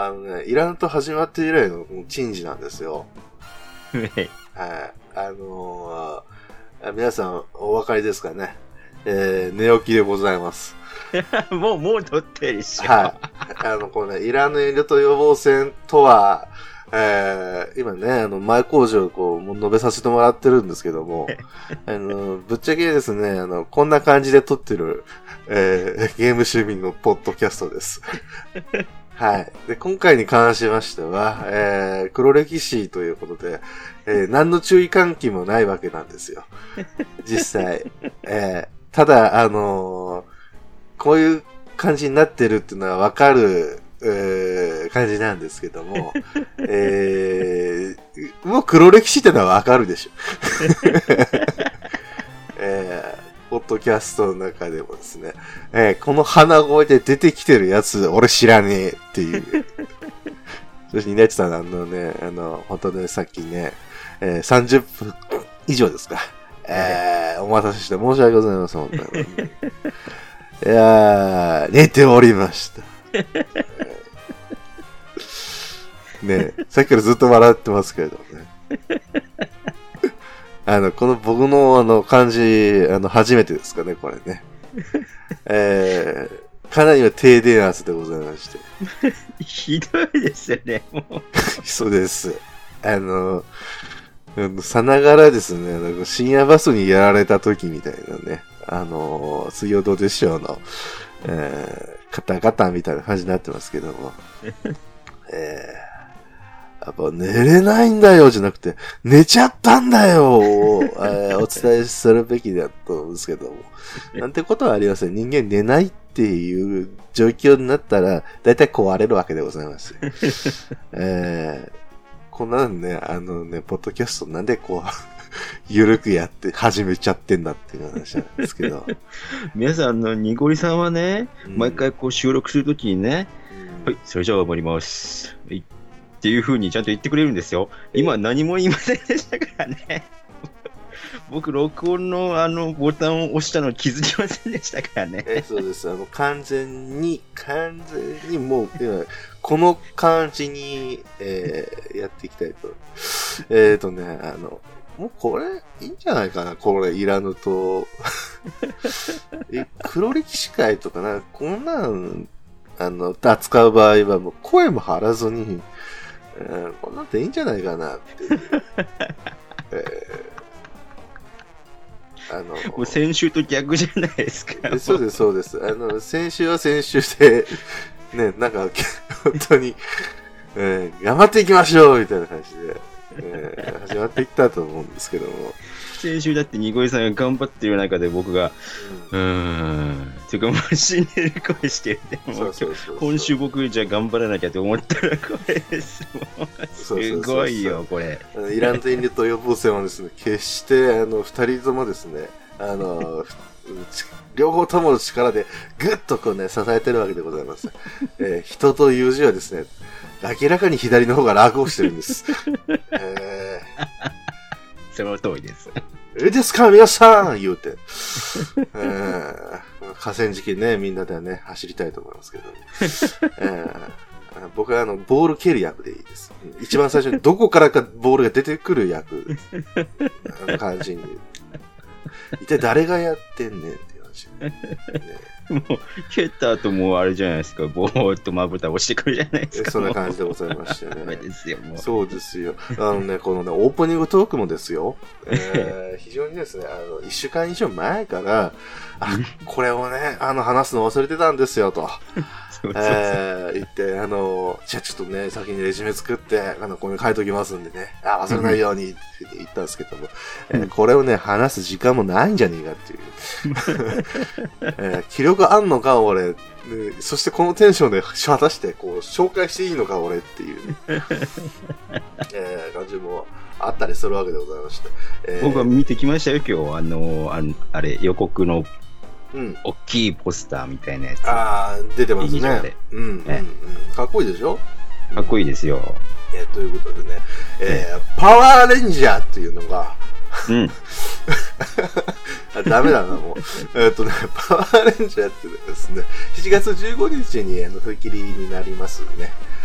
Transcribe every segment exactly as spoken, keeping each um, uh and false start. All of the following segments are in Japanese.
あのね、イランと始まって以来の珍事なんですよ。 はい。 はい。あのー、皆さんお分かりですかね。えー、寝起きでございます。 もう、もう撮ってるでしょ。 はい。あの、このね、イランの遠慮と予防戦とは、えー、今ね、あの、前工場をこう、述べさせてもらってるんですけども、あの、ぶっちゃけですね、あの、こんな感じで撮ってる、えー、ゲーム趣味のポッドキャストです。はい。で、今回に関しましては、えー、黒歴史ということで、えー、何の注意喚起もないわけなんですよ。実際。えー、ただ、あのー、こういう感じになってるっていうのはわかる、えー、感じなんですけども、えー、もう黒歴史ってのはわかるでしょ。えー、ポッドキャストの中でもですね、えー、この鼻声で出てきてるやつ、俺知らねえっていう。そして、稲地さん、あのね、あの、本当ね、さっきね、えー、さんじゅっぷん以上ですか。えー、お待たせして申し訳ございません、本当に。いやー、寝ておりました。ねえ、さっきからずっと笑ってますけれどね。あの、この僕のあの漢字、あの、初めてですかね、これね。えー、かなりの低電圧でございまして。 ひどいですよね、もう。 そうです。あの、さながらですね、なんか深夜バスにやられた時みたいなね、あの、水曜どうでしょうの、えー、カタカタみたいな感じになってますけども。えーやっぱ寝れないんだよじゃなくて、寝ちゃったんだよを、えー、お伝えするべきだと思うんですけども。なんてことはありません。人間寝ないっていう状況になったら、だいたい壊れるわけでございます。えー、こんなんね、あのね、ポッドキャストなんでこう、ゆるくやって始めちゃってんだっていう話なんですけど。 皆さん、あの、にごりさんはね、うん、毎回こう収録するときにね、うん、はい、それじゃあ終わります。はいっていう風にちゃんと言ってくれるんですよ。今何も言いませんでしたからね。僕、録音のあのボタンを押したの気づきませんでしたからね。 えそうです。あの、完全に、完全にもう、この感じに、えー、やっていきたいと。えっとね、あの、もうこれ、いいんじゃないかな、これ、いらぬと。え黒歴史会とかな、こんなん、あの、扱う場合はもう声も張らずに、えー、こんなんでいいんじゃないかなっていう。えー、あのもう先週と逆じゃないですか。 そうです、そうです。あの、先週は先週で、ね、なんか、本当に、えー、頑張っていきましょうみたいな感じで、えー、始まっていったと思うんですけども。 先週だってニコイさんが頑張っている中で僕が、うん、うーん、ていうかもう死んでる声してるんで、もう今週僕じゃ頑張らなきゃと思ったらこれです。もうすごいよ、これ。 イランとインドと予防戦はですね、決してあの二人ともですね、あの、両方ともの力でぐっとこうね、支えてるわけでございます。えー、人という字はですね、明らかに左の方が楽をしてるんです。えーその通りです。 ええですか皆さん言うて。えー、河川敷ね、みんなではね、走りたいと思いますけど、ねえー、僕はあの、ボール蹴る役でいいです。一番最初にどこからかボールが出てくる役。あの感じに。一体誰がやってんねんっていう話、ね。 もう、蹴った後もあれじゃないですか、ぼーっとまぶた押してくるじゃないですか。 そんな感じでございましてね。 ダメですよ、もう。 そうですよ。あのね、このね、オープニングトークもですよ、えー、非常にですね、あの、一週間以上前から、あ、これをね、あの、話すの忘れてたんですよ、と。そうそうそうえー、言って、あの、じゃあちょっとね、先にレジュメ作って、あの、ここに書いときますんでね、あ、忘れないようにって言ったんですけども、えー、これをね、話す時間もないんじゃねえかっていう。えー、気力あんのか、俺、ね。そしてこのテンションで果たして、こう、紹介していいのか、俺っていう、ね、えー、感じもあったりするわけでございまして。 えー、僕は見てきましたよ、今日。あの、あ, あれ、予告の、うん、大きいポスターみたいなやつ。 ああ、出てますね。うん、うん、ね、うん。かっこいいでしょ？ かっこいいですよ。 えー、ということでね、えー、パワーレンジャーっていうのが、うん。ダメだな、もう。えっとね、パワーレンジャーってですね、しちがつじゅうごにちにあの、吹き切りになりますね。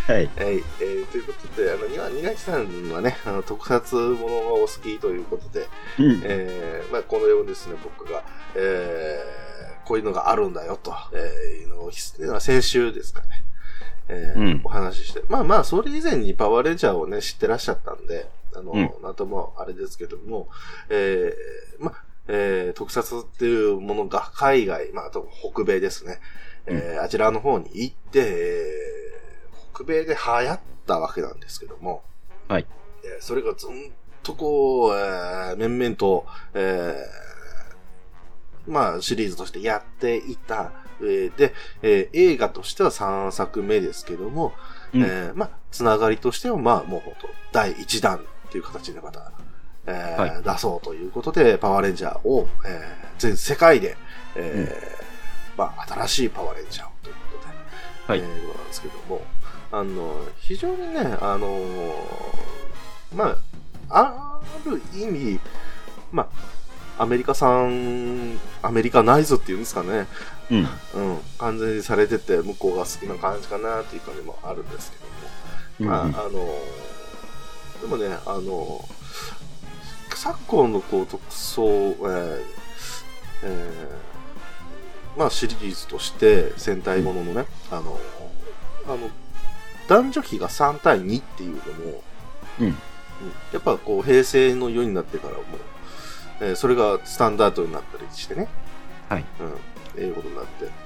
はい。 えー、ということで、あの、にがきさんはね、あの、特撮ものがお好きということで、うん、えー、まあ、このようですね、僕が、えー、こういうのがあるんだよ、と、えー、いうのを、先週ですかね、えーうん、お話しして、まあまあ、それ以前にパワーレンジャーをね、知ってらっしゃったんで、あの、うん、なんともあれですけども、えー、まあ、えー、特撮っていうものが海外、まあ、あと北米ですね、えー、あちらの方に行って、えー、北米で流行ったわけなんですけども、 はい。 えー、それがずっとこう、えー、面々と、えー、まあ、シリーズとしてやっていた、えー、で、えー、映画としてはさんさくめですけども、うん、えー、まあ、つながりとしては、まあ、もうほんと、だいいちだんっていう形でまた、えーはい、出そうということで、パワーレンジャーを、えー、全世界で、えーうんまあ、新しいパワーレンジャーということで、はい。えー、なんですけども、あの、非常にね、あのー、まあ、ある意味、まあ、アメリカ産、アメリカナイズっていうんですかね、うん。うん、完全にされてて、向こうが好きな感じかなっていう感じもあるんですけども、まあ、うんうん、あのー、でもね、あのー、昨今のこう特捜、えーえー、まあシリーズとして戦隊もののね、うん、あの、あの、男女比がさんたいにっていうのも、うん。やっぱこう平成の世になってからも、えー、それがスタンダードになったりしてね。 はい。 うん。いうことになって。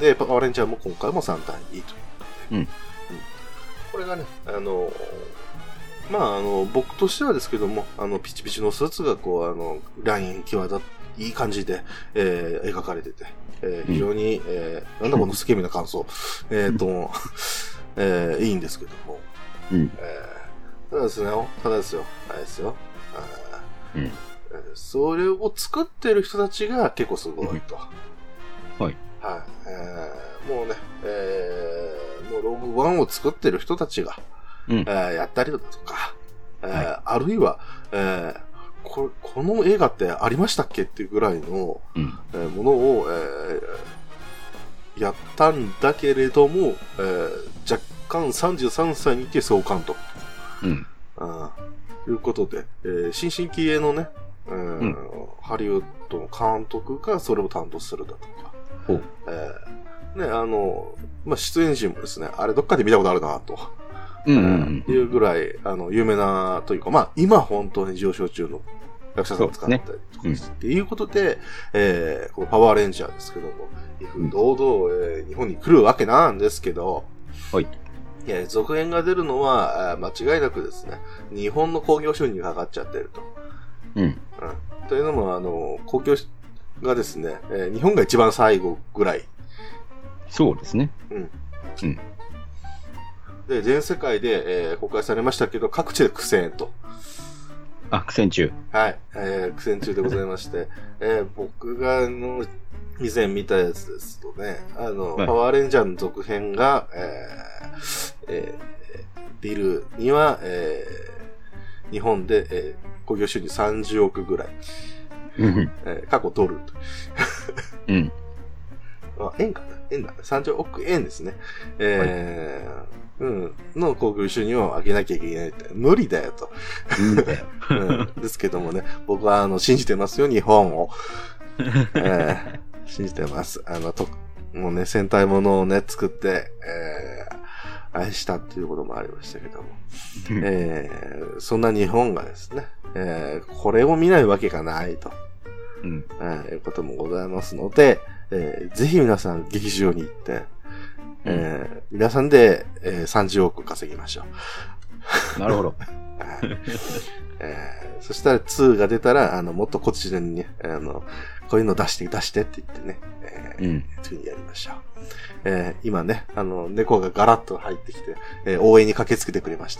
で、パワーレンジャーも今回もさんたいにということで。うん。うん、これがね、あの、まあ、あの、僕としてはですけども、あの、ピチピチのスーツがこう、あの、ライン際立いい感じで、えー、描かれてて、えー、非常に、うん、えー、なんだこのスケミな感想、えっと、うん、えー、いいんですけども、うん、えー、ただですね、ただですよ、あれですよ、あ、うん、それを作ってる人たちが結構すごいと。 うん、はい。 はい、えー、もうね、えー、もうログワンを作ってる人たちが、うんえー、やったりだとか、えーはい、あるいは、えーこ, この映画ってありましたっけっていうぐらいの、うんえー、ものを、えー、やったんだけれども、えー、若干さんじゅうさんさいにて総監督と、うん、あいうことで、えー、新進気鋭のね、えーうん、ハリウッドの監督がそれを担当するだとか、えー、ね、あの、まあ、出演陣もですね、あれどっかで見たことあるなと。うんうんうん、いうぐらい、あの、有名なというか、まあ、今本当に上昇中の役者さんを使ったりとか、ね、っていうことで、えー、このパワーレンジャーですけども、うん、堂々、えー、日本に来るわけなんですけど、はい。いや、続編が出るのは、間違いなくですね、日本の興行収入が上がっちゃってると。うん。うん。というのも、あの、興行がですね、えー、日本が一番最後ぐらい。 そうですね。 うん。うん。で、全世界で、えー、公開されましたけど、各地で苦戦と。 あ、苦戦中。 はい。えー、苦戦中でございまして、えー、僕が、あの、以前見たやつですとね、あの、はい、パワーレンジャーの続編が、えー、えー、出るには、えー、日本で、えー、興行収入さんじゅうおくぐらい。えー、過去取ると。うん。あ、円かな円だね。さんじゅうおくえんですね。えー、はいうん。の興行収入を上げなきゃいけないって。無理だよと。 無理だよ。 うん。ですけどもね、僕はあの、信じてますよ、日本を。えー、信じてます。あの、と、もうね、戦隊ものをね、作って、えー、愛したっていうこともありましたけども。えー、そんな日本がですね、えー、これを見ないわけがないと。うん。えー、いうこともございますので、えー、ぜひ皆さん劇場に行って、えー、皆さんで、えー、さんじゅうおく稼ぎましょう。なるほど。 はいえー、そしたらにが出たら、あの、もっとこっちにね、あの、こういうの出して出してって言ってね、えー、うん、次にやりましょう。えー、今ね、あの、猫がガラッと入ってきて、えー、応援に駆けつけてくれました。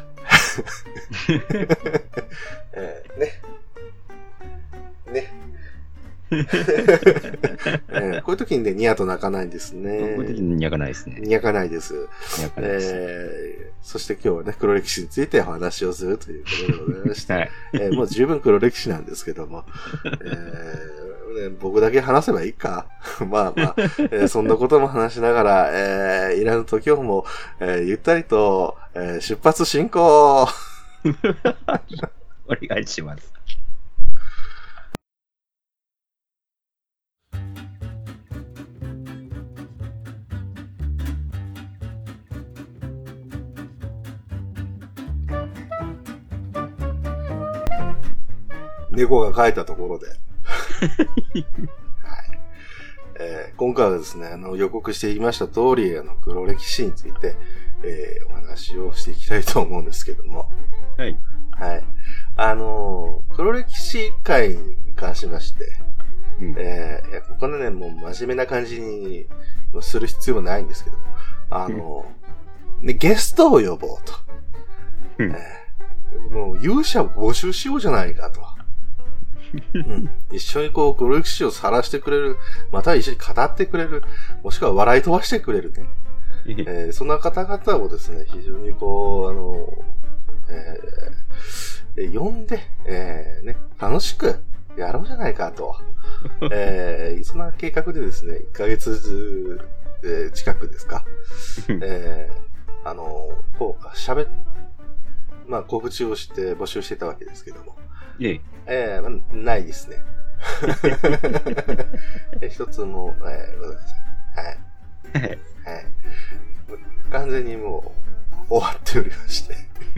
えー、ね。ね。えー、こういう時にね、ニヤと泣かないんですね。こういう時にニヤかないですね。 ニヤかないです。ニヤかないです。えー、そして今日はね、黒歴史についてお話をするということでございまして、はいえー、もう十分黒歴史なんですけども、えー、 ね、僕だけ話せばいいか。まあまあ、えー、そんなことも話しながら、えー、イランと今日も、えー、ゆったりと、えー、出発進行お願いします。 猫が帰ったところで。はいえー、今回はですね、あの予告していました通り、あの黒歴史について、えー、お話をしていきたいと思うんですけども。 はい。 はい。あのー、黒歴史会に関しまして、うん、えー、いやここのね、もう真面目な感じにする必要もないんですけども、あのー、うん、ね、ゲストを呼ぼうと。うんえー、もう勇者を募集しようじゃないかと。うん、一緒にこう黒歴史を晒してくれる、または一緒に語ってくれる、もしくは笑い飛ばしてくれるね。えー、そんな方々をですね、非常にこう、あの、えー、呼んで、えー、ね、楽しくやろうじゃないかと。えー、そんな計画でですね、いっかげつ、えー、近くですか。えー、あの、こう、喋っ、まあ、告知をして募集してたわけですけども。 ええ。 えー、ないですね。一つも、えー、ございません。はい。はい。完全にもう、終わっておりまして。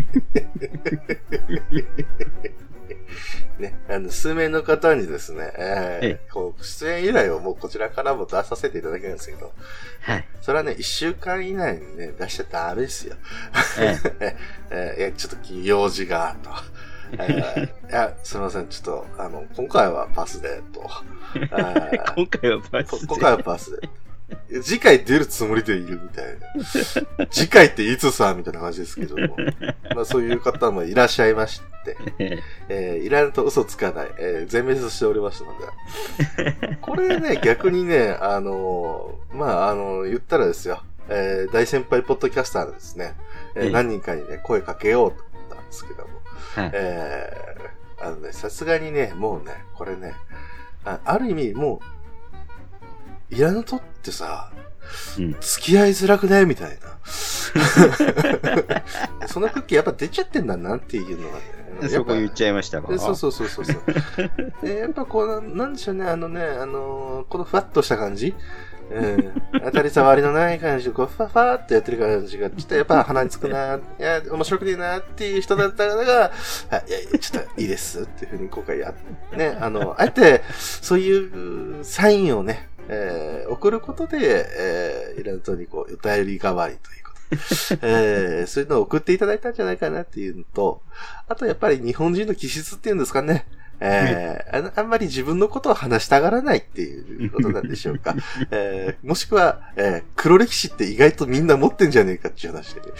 ね、あの、数名の方にですね、えー、ええ、こう出演依頼をもうこちらからも出させていただけるんですけど、 はい。 それはね、一週間以内にね、出しちゃダメですよ。えええー、いや、ちょっと用事が、と。えー、いや、すみません、ちょっと、あの、今回はパスで、と。 今回はパスで。 今回はパスで。次回出るつもりでいるみたいな。次回っていつさみたいな感じですけども。まあそういう方もいらっしゃいまして、えー、いらんと嘘つかない、えー、全滅しておりましたので。これね、逆にね、あのー、まああのー、言ったらですよ、えー、大先輩ポッドキャスターのですね、えー、何人かにね、声かけようと思ったんですけども、はい、えー、あのね、さすがにね、もうね、これね、あ, ある意味もう、イランとってさ、うん、付き合いづらくないみたいな。その空気やっぱ出ちゃってんだなっていうのがね。 そこ言っちゃいましたか。 そうそうそうそうそう。でやっぱこう、なんでしょうね、あのね、あのー、このふわっとした感じ、うん、当たり障りのない感じで、こう、ふわふわってやってる感じが、ちょっとやっぱ鼻につくな、いや、面白くねえなっていう人だったが、はい、いやいや、ちょっといいですっていうふうに今回やって、ね、あの、あえて、そういうサインをね、えー、送ることで、えー、イラントにこう、お便り代わりということで、えー、そういうのを送っていただいたんじゃないかなっていうのと、あとやっぱり日本人の気質っていうんですかね、えー、あ, あんまり自分のことを話したがらないっていうことなんでしょうか。えー、もしくは、えー、黒歴史って意外とみんな持ってんじゃねえかっていう話で、ね。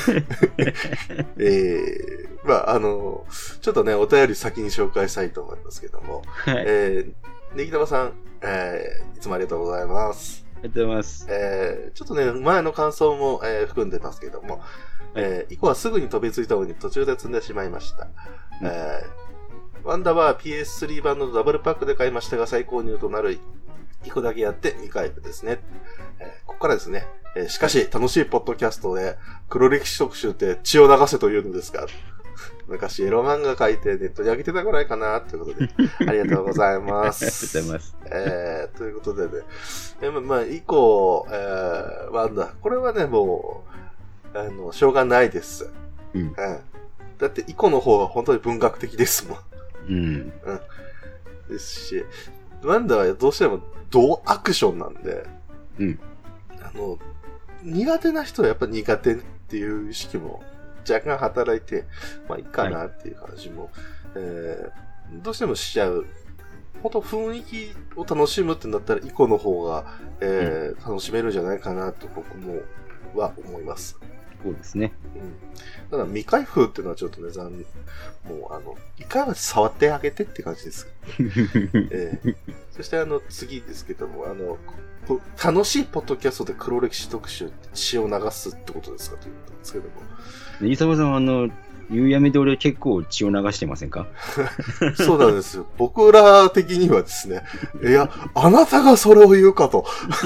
えー、まあ、あの、ちょっとね、お便り先に紹介したいと思いますけども、はい、えー、ねぎたまさん、えー、いつもありがとうございます。 ありがとうございます。 えー、ちょっとね、前の感想も、えー、含んでますけども、えー、以降はすぐに飛びついたのに途中で積んでしまいました。うん、えーワンダは ピーエススリー 版のダブルパックで買いましたが再購入となるいっこだけやってにかいめですね。えー、ここからですね、えー。しかし楽しいポッドキャストで黒歴史特集って血を流せというのですが、昔エロ漫画書いてネットに上げてたぐらいかなということで、ありがとうございます。 ありがとうございます。 えー、ということでね、えー、まあ以降、えー、ワンダ、これはね、もう、あの、しょうがないです。うん。うん、だって以降の方が本当に文学的ですもん。 うん。うん。 ですし、ワンダはどうしても同アクションなんで、 うん。 あの、苦手な人はやっぱ苦手っていう意識も若干働いて、まあいいかなっていう感じも、はい、えー、どうしてもしちゃう。本当雰囲気を楽しむってなったらイコの方が、えーうん、楽しめるんじゃないかなと僕もは思います。 そうですね。 うん。ただ未開封っていうのはちょっとね、残念。もうあの、一回は触ってあげてって感じです。えー、そしてあの、次ですけども、あの、楽しいポッドキャストで黒歴史特集、血を流すってことですかということですけども。 伊沢さんはあの、 夕闇通りは結構血を流してませんか？ そうなんですよ。僕ら的にはですね、いや、あなたがそれを言うかと。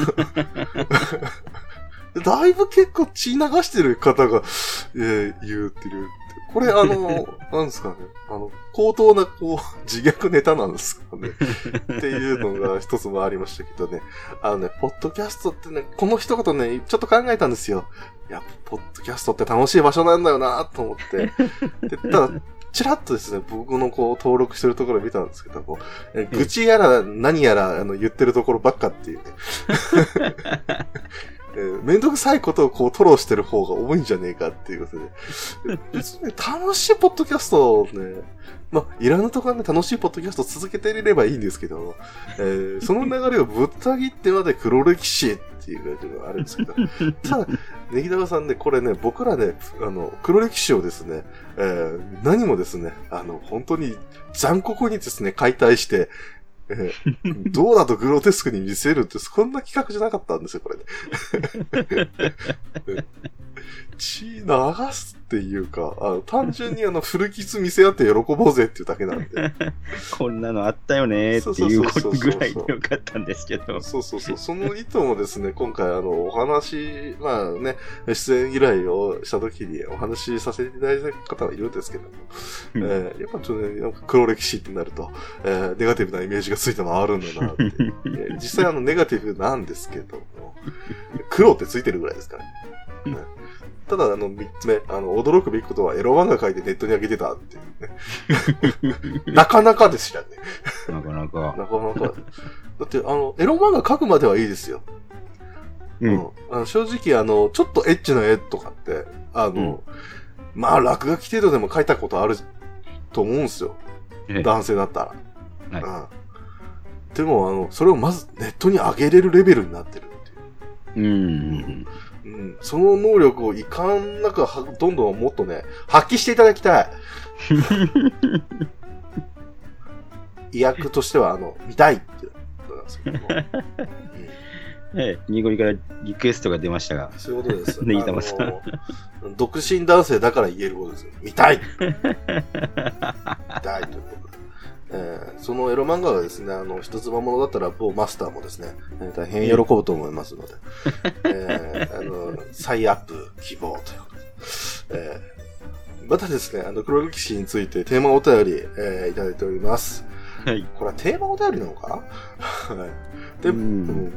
だいぶ結構血流してる方が、えー、言うっていう。これあの、なんですかね。あの、高等な、こう、自虐ネタなんですかね。っていうのが一つもありましたけどね。あのね、ポッドキャストってね、この一言ね、ちょっと考えたんですよ。いや、ポッドキャストって楽しい場所なんだよなと思って。で、ただ、ちらっとですね、僕のこう、登録してるところを見たんですけども、え愚痴やら何やらあの言ってるところばっかっていうね。えー、めんどくさいことをこう吐露してる方が多いんじゃねえかっていうことで。別に楽しいポッドキャストをね、まあ、いらぬところで楽しいポッドキャストを続けていればいいんですけど、えー、その流れをぶった切ってまで黒歴史っていうのがあるんですけど、ただ、ネギダワさんね、これね、僕らね、あの、黒歴史をですね、えー、何もですね、あの、本当に残酷にですね、解体して、えー、どうだとグロテスクに見せるって、そんな企画じゃなかったんですよ、これね。血流すっていうか、あの単純にあの古傷見せ合って喜ぼうぜっていうだけなんで。 こんなのあったよねっていうことぐらいでよかったんですけど。 そうそうそう。その意図もですね、今回あの、お話、まあね、出演依頼をした時にお話しさせていただいた方はいるんですけども、うん、えー、やっぱちょっとね、なんか黒歴史ってなると、えー、ネガティブなイメージがついて回るんだなって。実際あの、ネガティブなんですけども、黒ってついてるぐらいですからね。ね、ただ、あの、三つ目、あの、驚くべきことはエロ漫画書いてネットに上げてたっていうね。なかなかですよね。 なかなか。 なかなか。だって、あの、エロ漫画書くまではいいですよ。うん。うん、あの正直、あの、ちょっとエッチな絵とかって、あの、うん、まあ、落書き程度でも書いたことあると思うんですよ。ええ、男性だったら。はい、うん。でも、あの、それをまずネットに上げれるレベルになってるっていう。うん。うん、その能力をいかんなくは、どんどんもっとね、発揮していただきたい。意訳としては、あの、見たいってことなんですけども。 うん、ええ、ニゴリからリクエストが出ましたが。 そういうことです。 ネギタマさん。 独身男性だから言えることですよ。見たい見たいということで。えー、そのエロ漫画がですね、あの、一つ葉物だったら某マスターもですね、えー、大変喜ぶと思いますので、えー、あの、再アップ希望ということで、えー、またですね、あの、黒歴史についてテーマお便り、えー、いただいております。はい。これはテーマお便りなのかなはい。で、うん、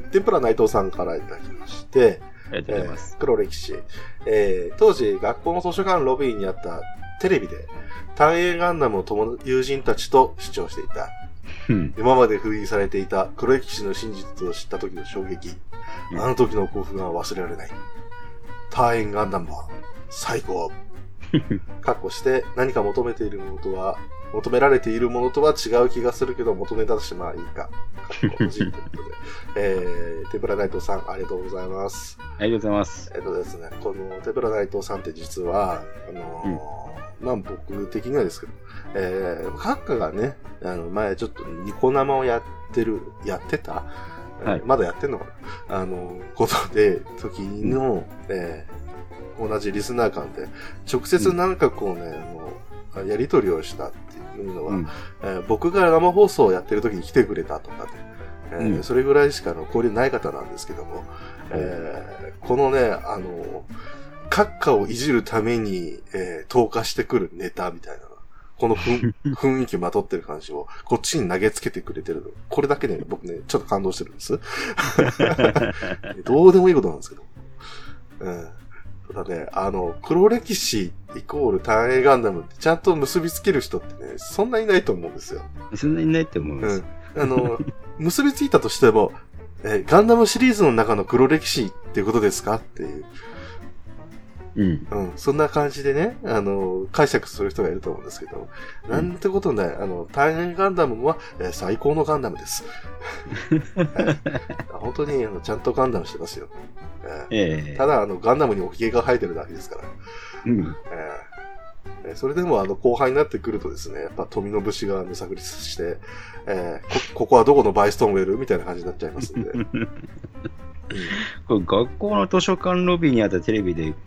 天ぷら内藤さんからいただきまして、 ありがとうございます。 えー、黒歴史、えー、当時学校の図書館ロビーにあったテレビで、単影ガンダムを友友人たちと視聴していた。うん、今まで封印されていた黒歴史の真実を知った時の衝撃。うん、あの時の興奮は忘れられない。単影ガンダムは最高。かっこして何か求めているものとは、求められているものとは違う気がするけど求めたとしてまあいいか。かっこ欲しいということで。えー、天ぷら内藤さんありがとうございます。 ありがとうございます。 えっとですね、この天ぷら内藤さんって実は、あのー、うんまあ僕的にはですけど、えー、閣下がね、あの、前ちょっとニコ生をやってる、やってた、はい、まだやってんのかなあの、ことで、時の、うん、えー、同じリスナー間で、直接なんかこうね、うん、あの、やりとりをしたっていうのは、うんえー、僕が生放送をやってる時に来てくれたとかで、えーうん、それぐらいしかの交流ない方なんですけども、えー、このね、あの、閣下をいじるために、えー、投下してくるネタみたいな、この雰囲気まとってる感じを、こっちに投げつけてくれてるの。これだけで、ね、僕ね、ちょっと感動してるんです。どうでもいいことなんですけど。うん。ただね、あの、黒歴史イコール単影ガンダムってちゃんと結びつける人ってね、そんないないと思うんですよ。 そんないないと思います。 うん。あの、結びついたとしても、えー、ガンダムシリーズの中の黒歴史っていうことですかっていう。うん。うん。そんな感じでね、あの、解釈する人がいると思うんですけど、うん、なんてことない、あの、単影ガンダムは、えー、最高のガンダムです。はい、本当にあのちゃんとガンダムしてますよ。えーえー、ただ、あの、ガンダムにもヒゲが生えてるだけですから。うん。えー、それでも、あの、後輩になってくるとですね、やっぱ富の節が炸裂して、えー、こ、ここはどこのバイストーンウェルみたいな感じになっちゃいますんで。うん、 これ学校の図書館ロビーにあったテレビで、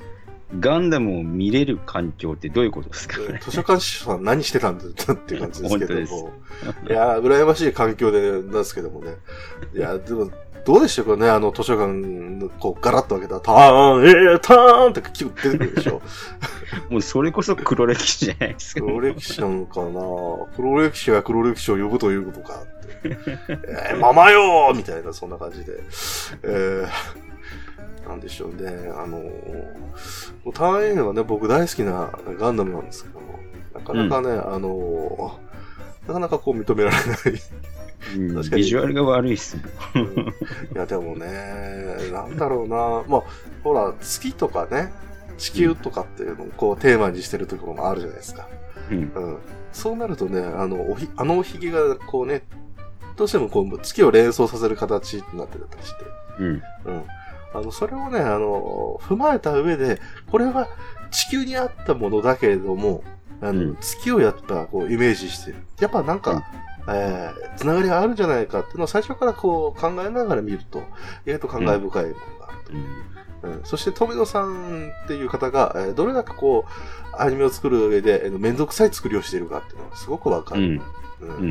ガンダムを見れる環境ってどういうことですかね。 図書館司書さん何してたんだっていう感じですけども。 本いやー、羨ましい環境でなんですけどもね。いや、でも、どうでしたかね、あの図書館のこうガラッと開けたら、ターン、えー、ターンって結構出てくるでしょ。 もうそれこそ黒歴史じゃないですか。 黒歴史なのかな、黒歴史が黒歴史を呼ぶということかって。えー、ママよーみたいな、そんな感じで。えーなんでしょうね。あのー、ターン A はね、僕大好きなガンダムなんですけども、なかなかね、うん、あのー、なかなかこう認められない。 うん、確かにビジュアルが悪いっすもん。 うん、いや、でもね、なんだろうな。まあ、ほら、月とかね、地球とかっていうのをこうテーマにしてるところもあるじゃないですか。うん。うん、そうなるとね、あの、おひ、あのおひげがこうね、どうしてもこう月を連想させる形になってたりして。うん。うん。あの、それをね、あの、踏まえた上で、これは地球にあったものだけれども、あの、うん、月をやっぱこうイメージしてる。やっぱなんか、うん、えー、つながりがあるんじゃないかっていうのを最初からこう考えながら見ると、意外と感慨深いものがあると。うんうん、そして、富野さんっていう方が、えー、どれだけこう、アニメを作る上で、えー、めんどくさい作りをしているかっていうのがすごくわかる。うん。うん。うん。うん。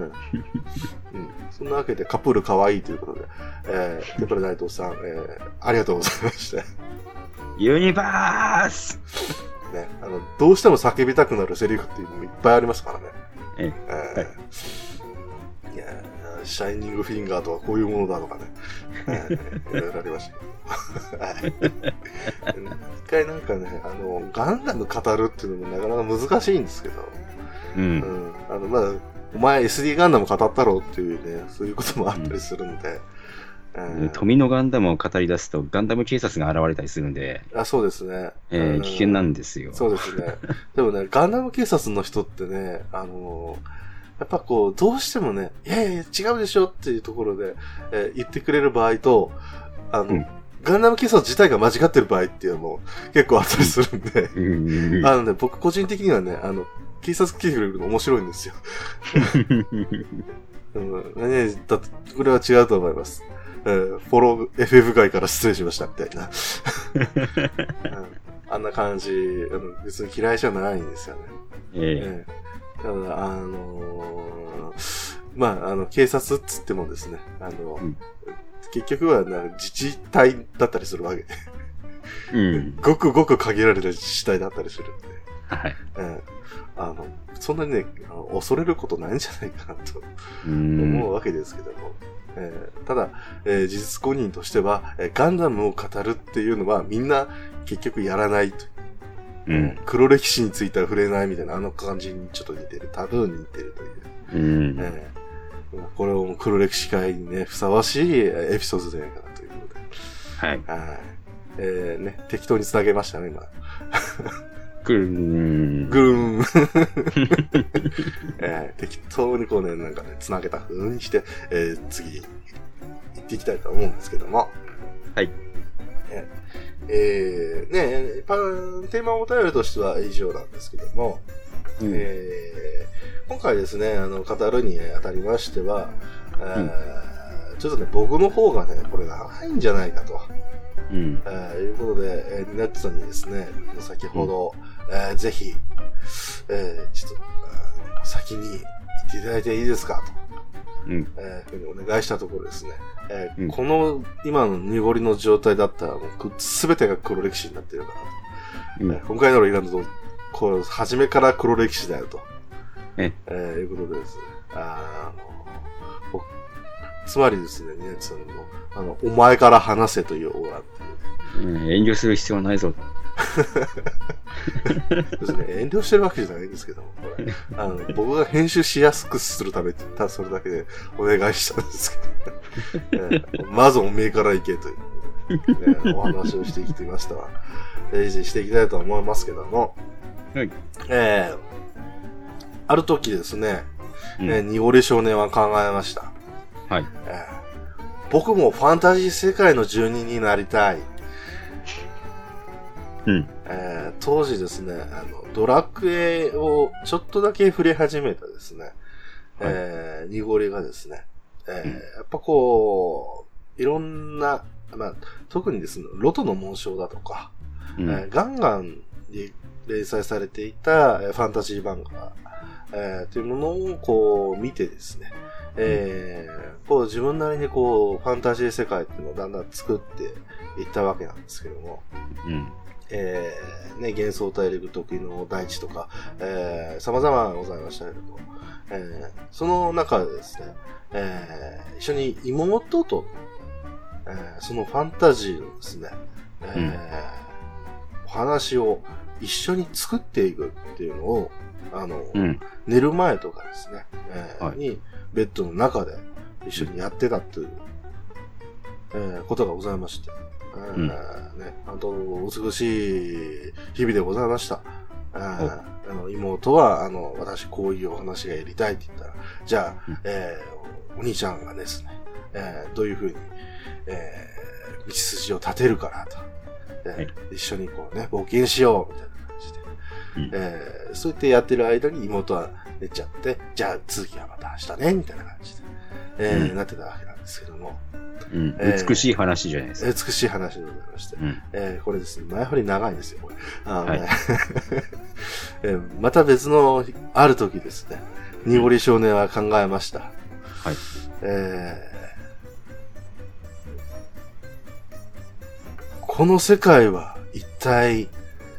そんなわけで、カプール可愛いということで、えー、テンプル内藤さん、えー、ありがとうございました。 ユニバースね、あの、どうしても叫びたくなるセリフっていうのもいっぱいありますからね。ええー、いやー、シャイニングフィンガーとはこういうものだとかね。えー、いろいろありましたけど。一回なんかね、あの、ガンダム語るっていうのもなかなか難しいんですけど、うん。うん、あの、まだ、お前 エスディー ガンダム語ったろっていうね、そういうこともあったりするんで。 うんうん、富のガンダムを語り出すと、ガンダム警察が現れたりするんで。 あ、そうですね。 えー、危険なんですよ。 そうですね。でもね、ガンダム警察の人ってね、あのー、やっぱこう、どうしてもね、いやいや違うでしょっていうところで、えー、言ってくれる場合と、あの、うん、ガンダム警察自体が間違ってる場合っていうのも結構あったりするんで、うん、あのね、僕個人的にはね、あの、警察来てくれるの面白いんですよ。うん、ね、だって、これは違うと思います。えー、フォロー エフエフ 外から失礼しましたみたいな、うん、あんな感じ、あの別に嫌いじゃないんですよね。ええー、ただあのー、まああの警察っつってもですね、あの、うん、結局はなんか自治体だったりするわけで、うん、ごくごく限られた自治体だったりするんで、はい、えー、あのそんなにね恐れることないんじゃないかなと思うわけですけども。えー、ただ、えー、事実誤認としては、えー、ガンダムを語るっていうのはみんな結局やらないと、うんえー、黒歴史については触れないみたいなあの感じにちょっと似てる、タブーに似てるという、うんえー、これを黒歴史界にねふさわしいエピソードじゃないかなということで、はい、あえー、ね適当につなげましたね今。 ぐーん。 ぐーん。えー、適当にこうね、なんかね、繋げた風にして、えー、次、行っていきたいと思うんですけども。 はい。 えー、えー、ね、パテーマお便りとしては以上なんですけども、うん、えー、今回ですね、あの、語るにあたりましては、うん、ちょっとね、僕の方がね、これ長いんじゃないかと。うん、えー、いうことで、えー、ニナッチさんにですね、先ほど、うんえー、ぜひ、えー、ちょっと、先に行っていただいていいですかと、うんえー、ふうにお願いしたところですね、えーうん、この今の濁りの状態だったら、もうすべてが黒歴史になっているからと、うんえー、今回のイランドと、こう、初めから黒歴史であると、ええー、いうことでですね、あのつまりですね、ニナッチさんの、あの、お前から話せというオーラっていう、 うん、遠慮する必要はないぞ。 ですね、遠慮してるわけじゃないんですけども、これあの僕が編集しやすくするためってただそれだけでお願いしたんですけど、ねえー、まずおめえから行けという、ね、お話をしていきましたら、維持していきたいと思いますけども、はいえー、ある時ですね、うん、えー、濁り少年は考えました。はいえー、僕もファンタジー世界の住人になりたい。うんえー、当時ですね、あの、ドラクエをちょっとだけ触れ始めたですね、はいえー、濁りがですね、えーうん、やっぱこう、いろんな、まあ、特にですね、ロトの紋章だとか、 うん、 えー、ガンガンで連載されていたファンタジー漫画、えー、というものをこう見てですね、えー、こう自分なりにこうファンタジー世界っていうのをだんだん作っていったわけなんですけども、 うん、 えー、ね、幻想大陸特有の大地とか、えー、様々ございましたけれども、えー、その中でですね、えー、一緒に妹と、えー、そのファンタジーのですね、えーうん、お話を一緒に作っていくっていうのを、あの、うん、寝る前とかですね、えーはい、にベッドの中で一緒にやってたっていう、えー、ことがございまして、えーうん、ね、本当美しい日々でございました。ああの妹はあの私こういうお話がやりたいって言ったら、じゃあ、うん、えー、お兄ちゃんがですね、えー、どういうふうに、えー、道筋を立てるかなと、えーはい、一緒にこうね冒険しようみたいな感じで、うんえー、そうやってやってる間に妹は寝ちゃって、じゃあ続きはまた明日ねみたいな感じで、えーうん、なってたわけなんですけども、 うんえー、美しい話じゃないですか。 美しい話でございまして、うんえー、これですね、前振り長いんですよ、これ。あのねはいえー、また別のある時ですね、濁り少年は考えました。はい。えー、この世界は一体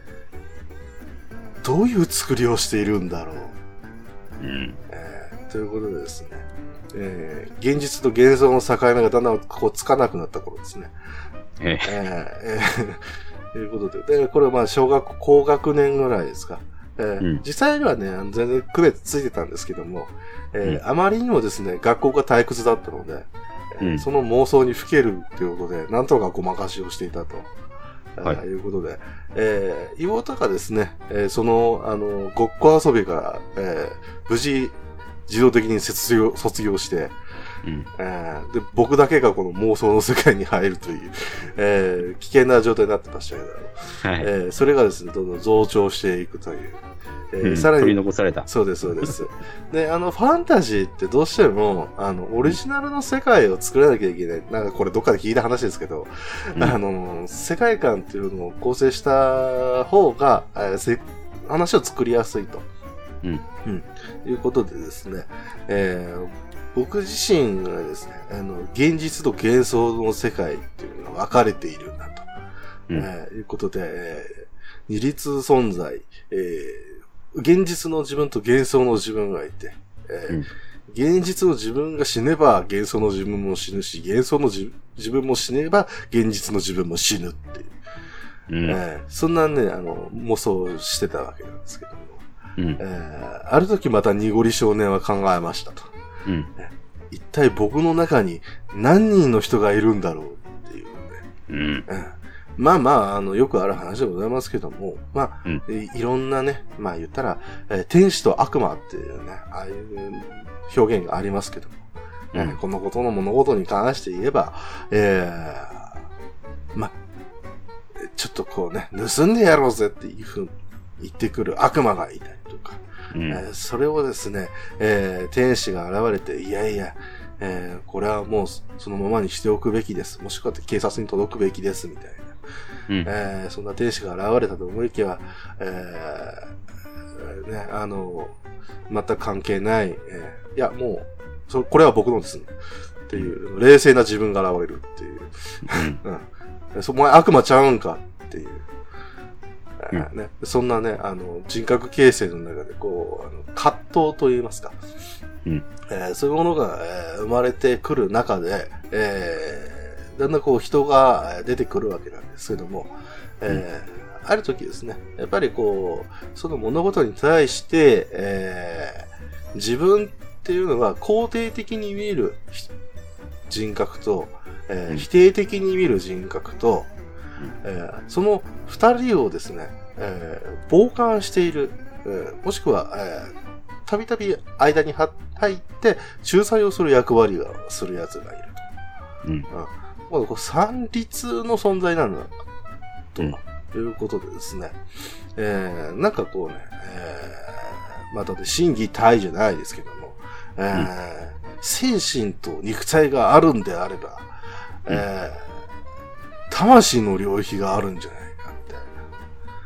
どういう作りをしているんだろう。うんえー、ということでですね、えー、現実と幻想の境目がだんだんこうつかなくなった頃ですね。えー、えー、ということで、で、これはまあ小学校高学年ぐらいですか。えーうん、実際にはね、全然区別ついてたんですけども、えーうん、あまりにもですね、学校が退屈だったので、えーうん、その妄想にふけるということで、なんとかごまかしをしていたと。はい、いうことで、えー、妹がですね、えー、その、あの、ごっこ遊びから、えー、無事、自動的に卒業、卒業して、うんえー、で、僕だけがこの妄想の世界に入るという、えー、危険な状態になってましたけど、はいえー、それがですね、どんどん増長していくという。えーうん、 さらに取り残された。 そうです、そうです。で、あの、ファンタジーってどうしても、あの、オリジナルの世界を作らなきゃいけない。なんかこれどっかで聞いた話ですけど、うん、あの、世界観っていうのを構成した方が、えー、話を作りやすいと。うん。うん。いうことでですね、えー、僕自身がですね、あの、現実と幻想の世界っていうのが分かれているんだと。うんえー、いうことで、えー、二律存在、えー現実の自分と幻想の自分がいて、えーうん、現実の自分が死ねば幻想の自分も死ぬし、幻想の自分も死ねば現実の自分も死ぬっていう、うんえー、そんなね、あの、妄想をしてたわけなんですけども、うんえー、ある時また濁り少年は考えましたと、うんえー。一体僕の中に何人の人がいるんだろうっていうね。うんえーまあまあ、あの、よくある話でございますけども、まあ、うん、い, いろんなね、まあ言ったら、えー、天使と悪魔っていうね、ああいう表現がありますけども、うんえー、このことの物事に関して言えば、えー、まあ、ちょっとこうね、盗んでやろうぜっていうふうに言ってくる悪魔がいたりとか、うんえー、それをですね、えー、天使が現れて、いやいや、えー、これはもうそのままにしておくべきです。もしくは警察に届くべきです、みたいな。うんえー、そんな天使が現れたと思いきや、えー、ね、あの、全く関係ない、えー、いや、もう、そ、これは僕のです、ね、っていう、冷静な自分が現れるっていう。うんうん、そ、お前悪魔ちゃうんかっていう。えーね、そんなね、あの、人格形成の中で、こう、あの葛藤と言いますか。うんえー、そういうものが、えー、生まれてくる中で、えーだんだんこう人が出てくるわけなんですけども、えーうん、ある時ですね、やっぱりこう、その物事に対して、えー、自分っていうのは肯定的に見る人格と、えー、否定的に見る人格と、うんえー、その二人をですね、えー、傍観している、えー、もしくは、たびたび間に入って仲裁をする役割をする奴がいると。うんうんこう三律の存在なんだということでですね、うんえー、なんかこうね、えー、またで心技体じゃないですけども、えーうん、精神と肉体があるんであれば、うんえー、魂の領域があるんじゃないかみたいな、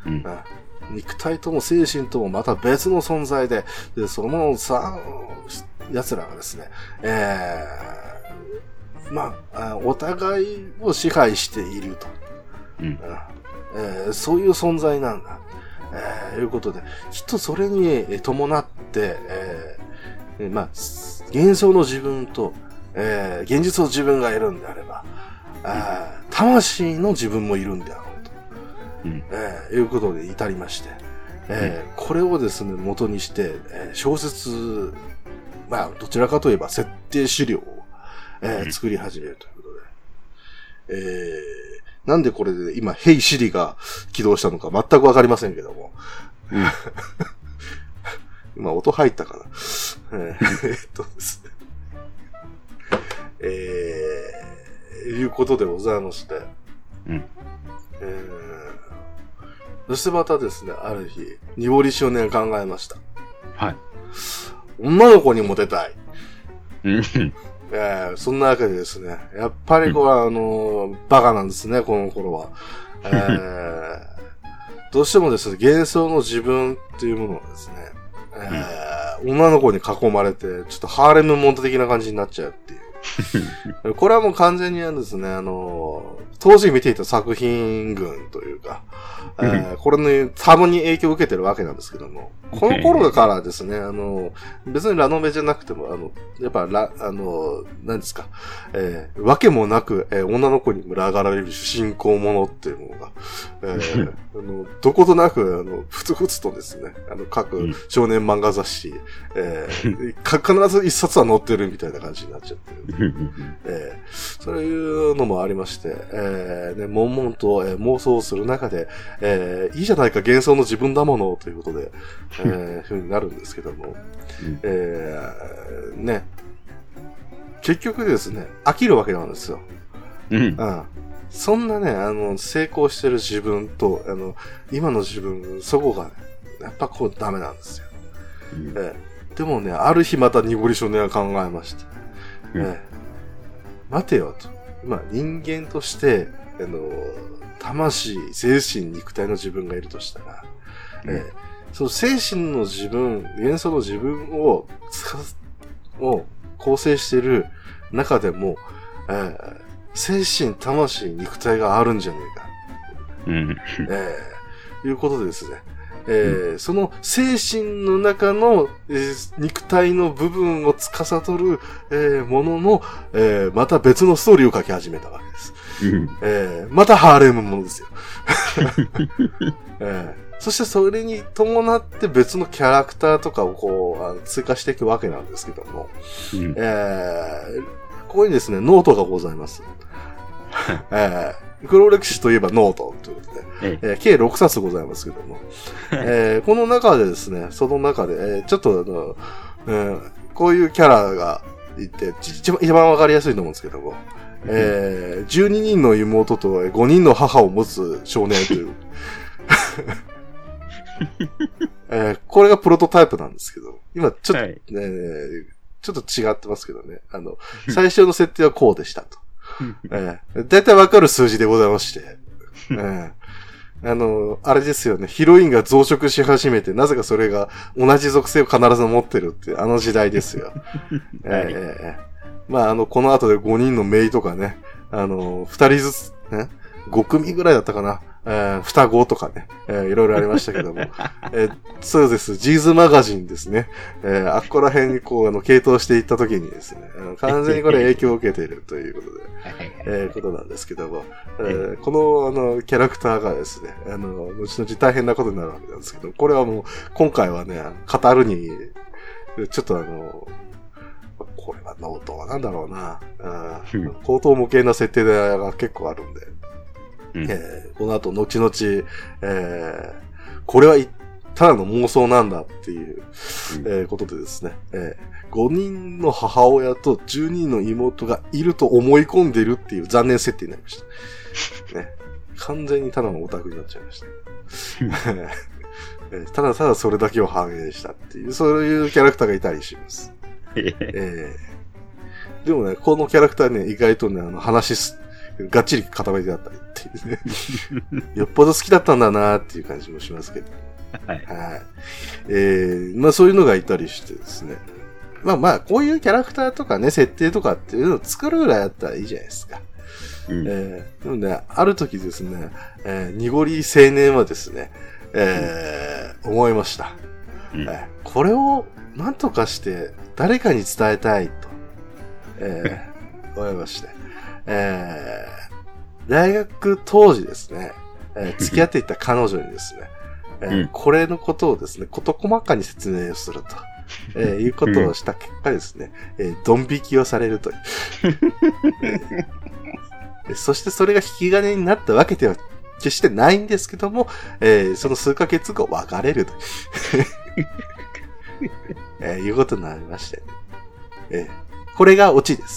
うん、 肉体とも精神ともまた別の存在で、で、そのさ、奴らがですね、えー、まあ、お互いを支配していると。うんえー、そういう存在なんだ。えー、いうことで、きっとそれに伴って、えー、まあ、幻想の自分と、えー、現実の自分がいるんであれば、あ魂の自分もいるんであろうと、うんえー、いうことで至りまして、えーうん、これをですね、元にして、えー、小説、まあ、どちらかといえば設定資料を、えー、作り始めるということで、えー、なんでこれで今、ヘイシリが起動したのか全くわかりませんけども、うん、今音入ったかな、えー、っとですね、えー、いうことでございまして、うん。えー、そしてまたですね、ある日、濁り少年が考えました。はい。女の子にモテたい。うん。えー、そんなわけでですね、やっぱりこれはあのー、バカなんですね、この頃は。えー、どうしてもですね、幻想の自分っていうものはですね、えー、うん、女の子に囲まれて、ちょっとハーレムモント的な感じになっちゃうっていう。これはもう完全にですね、あの、当時見ていた作品群というか、えー、これに多分に影響を受けてるわけなんですけども、この頃からですね、あの、別にラノベじゃなくても、あの、やっぱラ、あの、何ですか、えー、わけもなく、えー、女の子に群がられる主人公ものっていうものが、えー、あのどことなく、あの、ふつふつとですね、あの、各少年漫画雑誌、えー、必ず一冊は載ってるみたいな感じになっちゃってる。えー、そういうのもありまして、えー、ね、悶々と、えー、妄想する中で、えー、いいじゃないか幻想の自分だものということで、えー、ふうになるんですけども、えー、ね、結局ですね、飽きるわけなんですよ。うん。うん。そんなね、あの、成功してる自分と、あの、今の自分、そこがね、やっぱこうダメなんですよ。うん、えー、でもね、ある日また濁り少年が考えまして、うんえー、待てよと。今、人間として、あの、魂、精神、肉体の自分がいるとしたら、うんえー、その精神の自分、元素の自分を、を構成している中でも、えー、精神、魂、肉体があるんじゃねえか。うん、えー、いうことでですね。えーうん、その精神の中の、えー、肉体の部分を司る、えー、ものの、えー、また別のストーリーを書き始めたわけです。うんえー、またハーレムものですよ、えー。そしてそれに伴って別のキャラクターとかをこうあの追加していくわけなんですけども、うんえー、ここにですね、ノートがございます。えー、黒歴史といえばノートということで、ええー、計ろくさつございますけども、えー、この中でですね、その中で、えー、ちょっとあの、えー、こういうキャラがいて、一番、一番わかりやすいと思うんですけども、えー、じゅうににんの妹とごにんの母を持つ少年という、えー、これがプロトタイプなんですけど、今ちょっと、ねはい、ちょっと違ってますけどね、あの、最初の設定はこうでしたと。えー、だいたいわかる数字でございまして、えー、あの、あれですよね、ヒロインが増殖し始めて、なぜかそれが同じ属性を必ず持ってるっていう、あの時代ですよ。えー、まあ、あの、この後でごにんのメイとかね、あの、ふたりずつ、ね、ごくみぐらいだったかな。えー、双子とかね、えー、いろいろありましたけども、えー、そうです、ジーズマガジンですね、えー、あっこら辺にこう、あの、系統していった時にですね、あの完全にこれ影響を受けているということで、えー、ことなんですけども、えー、この、あの、キャラクターがですね、あの、後々大変なことになるわけなんですけど、これはもう、今回はね、語るに、ちょっとあの、これはノートはなんだろうな、高等無形な設定が結構あるんで、うんえー、この後、後々、えー、これはただの妄想なんだっていう、うんえー、ことでですね、えー、ごにんの母親とじゅうにんの妹がいると思い込んでいるっていう残念設定になりました。ね、完全にただのオタクになっちゃいました。えー、ただただそれだけを反映したっていう、そういうキャラクターがいたりします。えー、でもね、このキャラクターね、意外とね、あの話す、 がっちり固めてあったりっていうね。よっぽど好きだったんだなっていう感じもしますけど。 はい。 はい。えー、まあそういうのがいたりしてですね。まあまあ、こういうキャラクターとかね、設定とかっていうのを作るぐらいだったらいいじゃないですか。うん、えー、でもね、ある時ですね、えー、濁り青年はですね、えー、思いました、うんえー。これを何とかして誰かに伝えたいと、えー、思いまして、えー、大学当時ですね、えー、付き合っていた彼女にですね、えーうん、これのことをですね、事細かに説明をすると。えー、いうことをした結果ですね、うん、えー、ドン引きをされるという、えー。そしてそれが引き金になったわけでは決してないんですけども、えー、その数ヶ月後別れるという、えー、いうことになりまして、ねえー、これがオチです。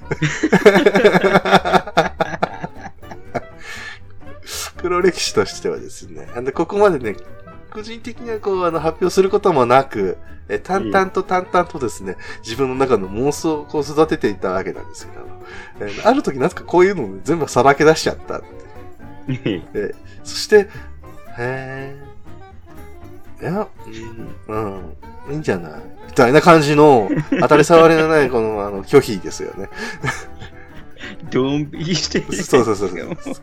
黒歴史としてはですね、あのここまでね、個人的にはこうあの発表することもなく、え淡々と淡々とですね、自分の中の妄想をこう育てていたわけなんですけど、えー、ある時なんかこういうのを全部さらけ出しちゃったって。えそして、へー、いや、うん、うん、いいんじゃないみたいな感じの当たり障りのないこのあの拒否ですよね。 ドン引きしてる。 そうそうそうそう。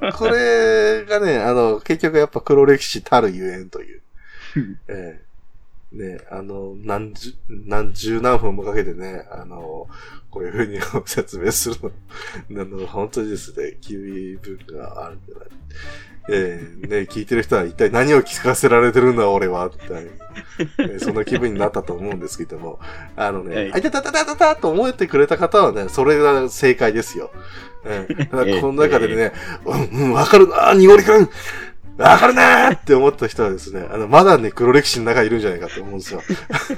これがね、あの、結局やっぱ黒歴史たるゆえんという。えー、ね、あの、何十、何十何分もかけてね、あの、こういうふうに説明するの、あの、本当にですね、気分があるんじゃない。えー、ね、聞いてる人は一体何を聞かせられてるんだ俺は、みたいな、えー、そんな気分になったと思うんですけども、あのね、あいたたたたたたと思ってくれた方はね、それが正解ですよ。えー、ただこの中でね、うん、うん、わかるなー、にごりくんわかるなーって思った人はですね、あの、まだね、黒歴史の中にいるんじゃないかと思うんですよ。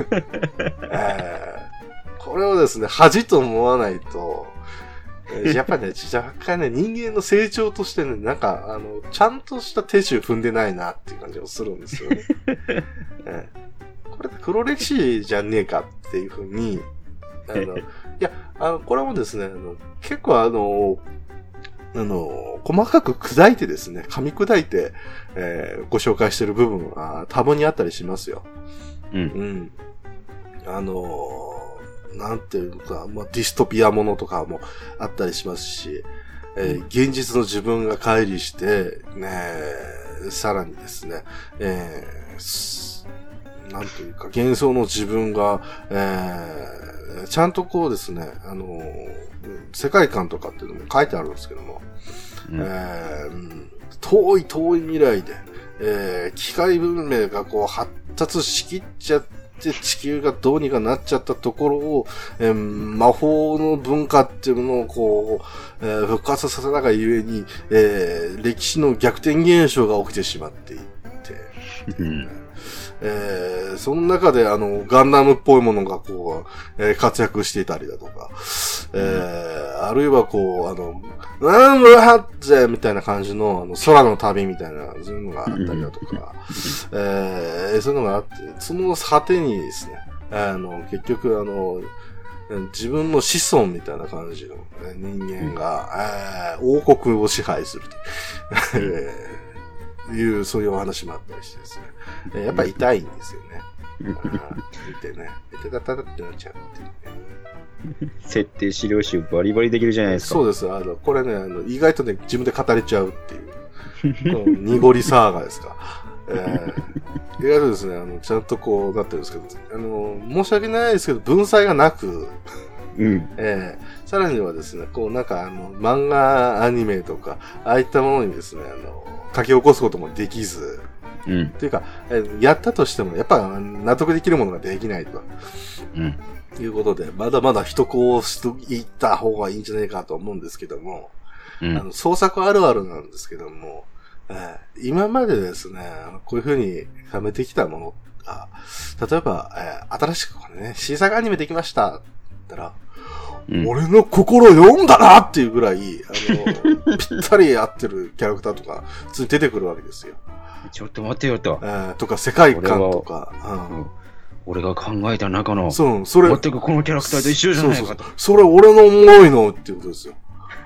えー、これをですね、恥と思わないと、やっぱね、若干ね、人間の成長としてね、なんか、あの、ちゃんとした手順踏んでないなっていう感じがするんですよね。えー、これ黒歴史じゃねえかっていうふうに、あの、いや、あの、これもですね、あの結構あの、あの、細かく砕いてですね、噛み砕いて、えー、ご紹介している部分は多分にあったりしますよ。うん。うん。あの、なんていうか、まあ、ディストピアものとかもあったりしますし、えー、現実の自分が乖離して、ね、さらにですね、えー、なんというか、幻想の自分が、えー、ちゃんとこうですね、あのー、世界観とかっていうのも書いてあるんですけども、うんえー、遠い遠い未来で、えー、機械文明がこう発達しきっちゃって、地球がどうにかなっちゃったところを、えー、魔法の文化っていうのをこう、えー、復活させたがゆえに、えー、歴史の逆転現象が起きてしまっていって、うんえー、その中であのガンダムっぽいものがこう、えー、活躍していたりだとか、えー、あるいはこうあのなんだはっぜみたいな感じのあの空の旅みたいなそういうのがあったりだとか、えー、そういうのがあってその果てにですねあの結局あの自分の子孫みたいな感じの人間が、えー、王国を支配するというそういうお話もあったりしてですねやっぱ痛いんですよね。見てね、見てたたたってなっちゃうっていうね。 設定資料集バリバリできるじゃないですか。 そうです。あの、これね、あの意外とね、自分で語れちゃうっていう。この濁りサーガですか。えー、意外とですね、あの、ちゃんとこうなってるんですけど、あの、申し訳ないですけど、文才がなく、うん。えー、さらにはですね、こうなんかあの、漫画、アニメとか、ああいったものにですね、あの、書き起こすこともできず、うん。っていうか、やったとしても、やっぱ納得できるものができないと。うん。いうことで、まだまだ一こうしていった方がいいんじゃないかと思うんですけども、うん、あの創作あるあるなんですけども、えー、今までですね、こういう風にはめてきたものが、例えば、えー、新しくこれね、新作アニメできましたって言ったら、うん、俺の心読んだなっていうぐらい、あの、ぴったり合ってるキャラクターとか、普通に出てくるわけですよ。 ちょっと待ってよと。 えー、とか世界観とか、 うん、俺が考えた中の、 そう、それ、 全くこのキャラクターと一緒じゃないかと。 そうそうそう。それ俺の思いのっていうことですよ。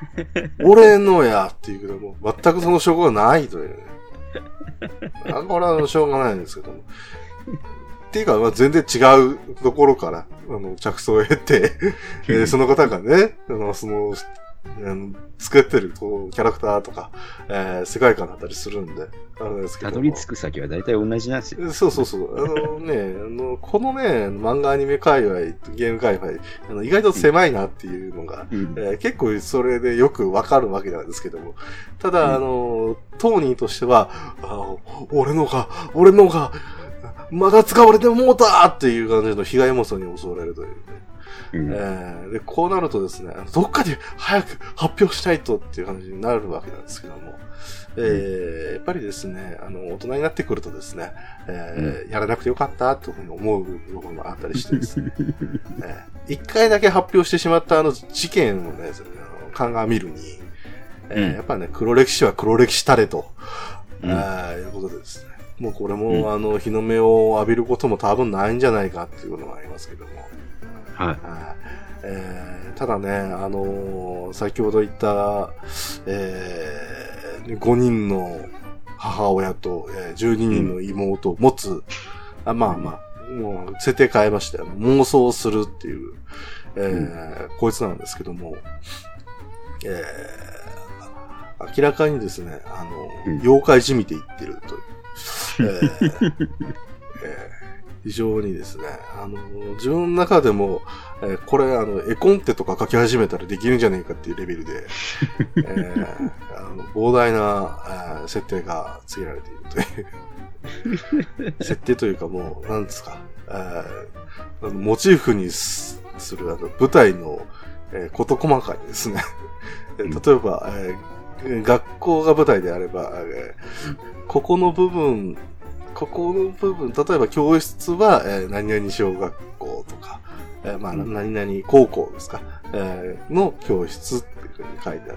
俺のやっていうけども、全くその証拠がないというね。これはしょうがないんですけども。っていうか、まあ、全然違うところから、あの、着想を得て、えー、その方がね、あの、その、あの作ってるこうキャラクターとか、えー、世界観だったりするんで、あれですけど。 たどり着く先は大体同じなんですよ。 そうそうそう。あのね、あの、このね、漫画アニメ界隈、ゲーム界隈、あの意外と狭いなっていうのが、うんえー、結構それでよくわかるわけなんですけども、ただ、うん、あの、当人としては、あ俺のが、俺のが、まだ使われてもうたっていう感じの被害妄想に襲われるというね。うんえー、でこうなるとですね、どっかで早く発表したいとっていう感じになるわけなんですけども、えー、やっぱりですね、あの、大人になってくるとですね、えーうん、やらなくてよかったというふうに思う部分もあったりしてですね、えー、一回だけ発表してしまったあの事件をね、鑑みるに、えーうん、やっぱね、黒歴史は黒歴史たれと、うん、あいうことでですね、もうこれも、うん、あの、日の目を浴びることも多分ないんじゃないかっていうのがありますけども、 はいえー、ただね、あのー、先ほど言った、えー、ごにんの母親と、えー、じゅうににんの妹を持つ、うん、あまあまあ、もう設定変えましたよ。妄想するっていう、えーうん、こいつなんですけども、えー、明らかにですね、あの、うん、妖怪じみていってるという。えーえー非常にですね、あの、自分の中でも、えー、これ、あの、絵コンテとか書き始めたらできるんじゃねえかっていうレベルで、えー、あの膨大な、えー、設定がつけられているという。設定というかもう、なんですか、えー、あのモチーフにするあの舞台の、えー、事細かにですね、例えば、えー、学校が舞台であれば、えー、ここの部分、ここの部分、例えば教室は、えー、何々小学校とか、えー、まあ、何々高校ですか、えー、の教室っていうふうに書いてあって、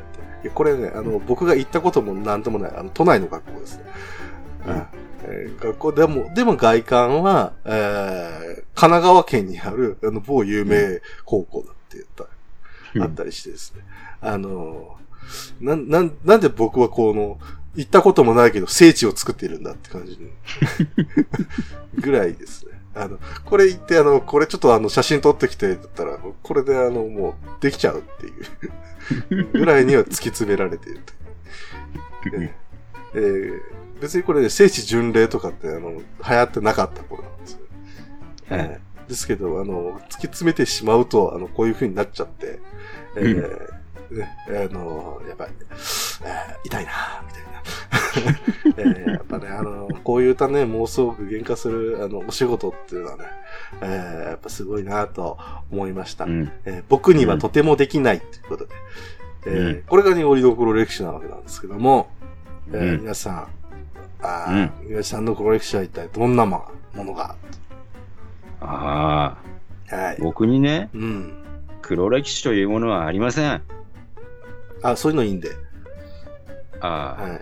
これね、あの、僕が行ったこともなんともない、あの、都内の学校ですね。うんえー、学校でも、でも外観は、えー、神奈川県にある、あの、某有名高校だって言った、うん、あったりしてですね。あの、な、な、なんで僕はこの、行ったこともないけど聖地を作っているんだって感じぐらいですね。あの、これ言って、あの、これちょっとあの、写真撮ってきて、だったら、これであの、もう、できちゃうっていうぐらいには突き詰められているという。えー、別にこれ、ね、聖地巡礼とかって、あの、流行ってなかった頃なんですよ。 はい、 えー、ですけど、あの、突き詰めてしまうと、あの、こういう風になっちゃって、えーうんね、あの、やっぱり、えー、痛いなみたいな。えー、やっぱね、あの、こういったね、妄想を具現化する、あの、お仕事っていうのはね、えー、やっぱすごいなと思いました、うんえー。僕にはとてもできないということで、うんえー、これが濁りどころ歴史なわけなんですけども、えーうん、皆さん、あうん、皆さんの黒歴史は一体どんなものがああ、はい、僕にね、うん、黒歴史というものはありません。 あ、そういうのいいんで。 ああ、はい。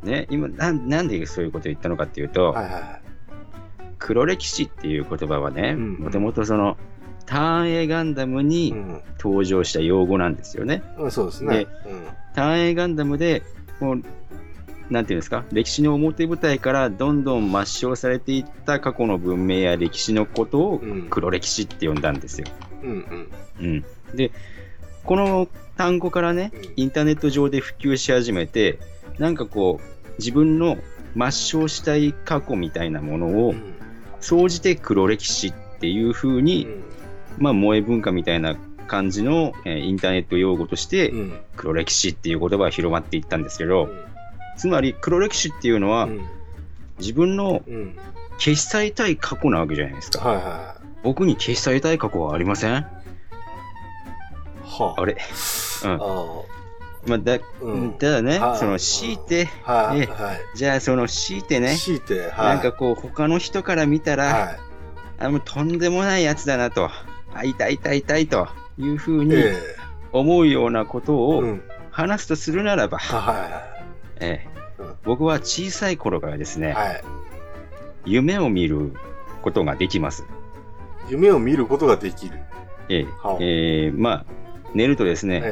ね、今な、なんでそういうことを言ったのかっていうと、はいはいはい、黒歴史っていう言葉はね、もともとその、ターン A ガンダムに登場した用語なんですよね。 うん、そうですね。で、 うん、ターン A ガンダムで、もう、なんていうんですか、歴史の表舞台からどんどん抹消されていった過去の文明や歴史のことを黒歴史って呼んだんですよ。うんうんうん、で、この単語からね、インターネット上で普及し始めて、なんかこう、自分の抹消したい過去みたいなものを、総じて黒歴史っていう風に、まあ、萌え文化みたいな感じの、えー、インターネット用語として、黒歴史っていう言葉が広まっていったんですけど、つまり黒歴史っていうのは、自分の消し去りたい過去なわけじゃないですか。はいはいはい、僕に消し去りたい過去はありません？はあ、あれ、うん、あまあ、だ、うん、ただね、はあ、その強いて、はあねはい、じゃあその強いてね、 強いて、はい、なんかこう他の人から見たら、はい、あもうとんでもないやつだなと、あ痛い痛い痛いというふうに思うようなことを話すとするならば、うんええうん、僕は小さい頃からですね、はい、夢を見ることができます。 夢を見ることができる。 えええー、まあ寝るとですね、ええ、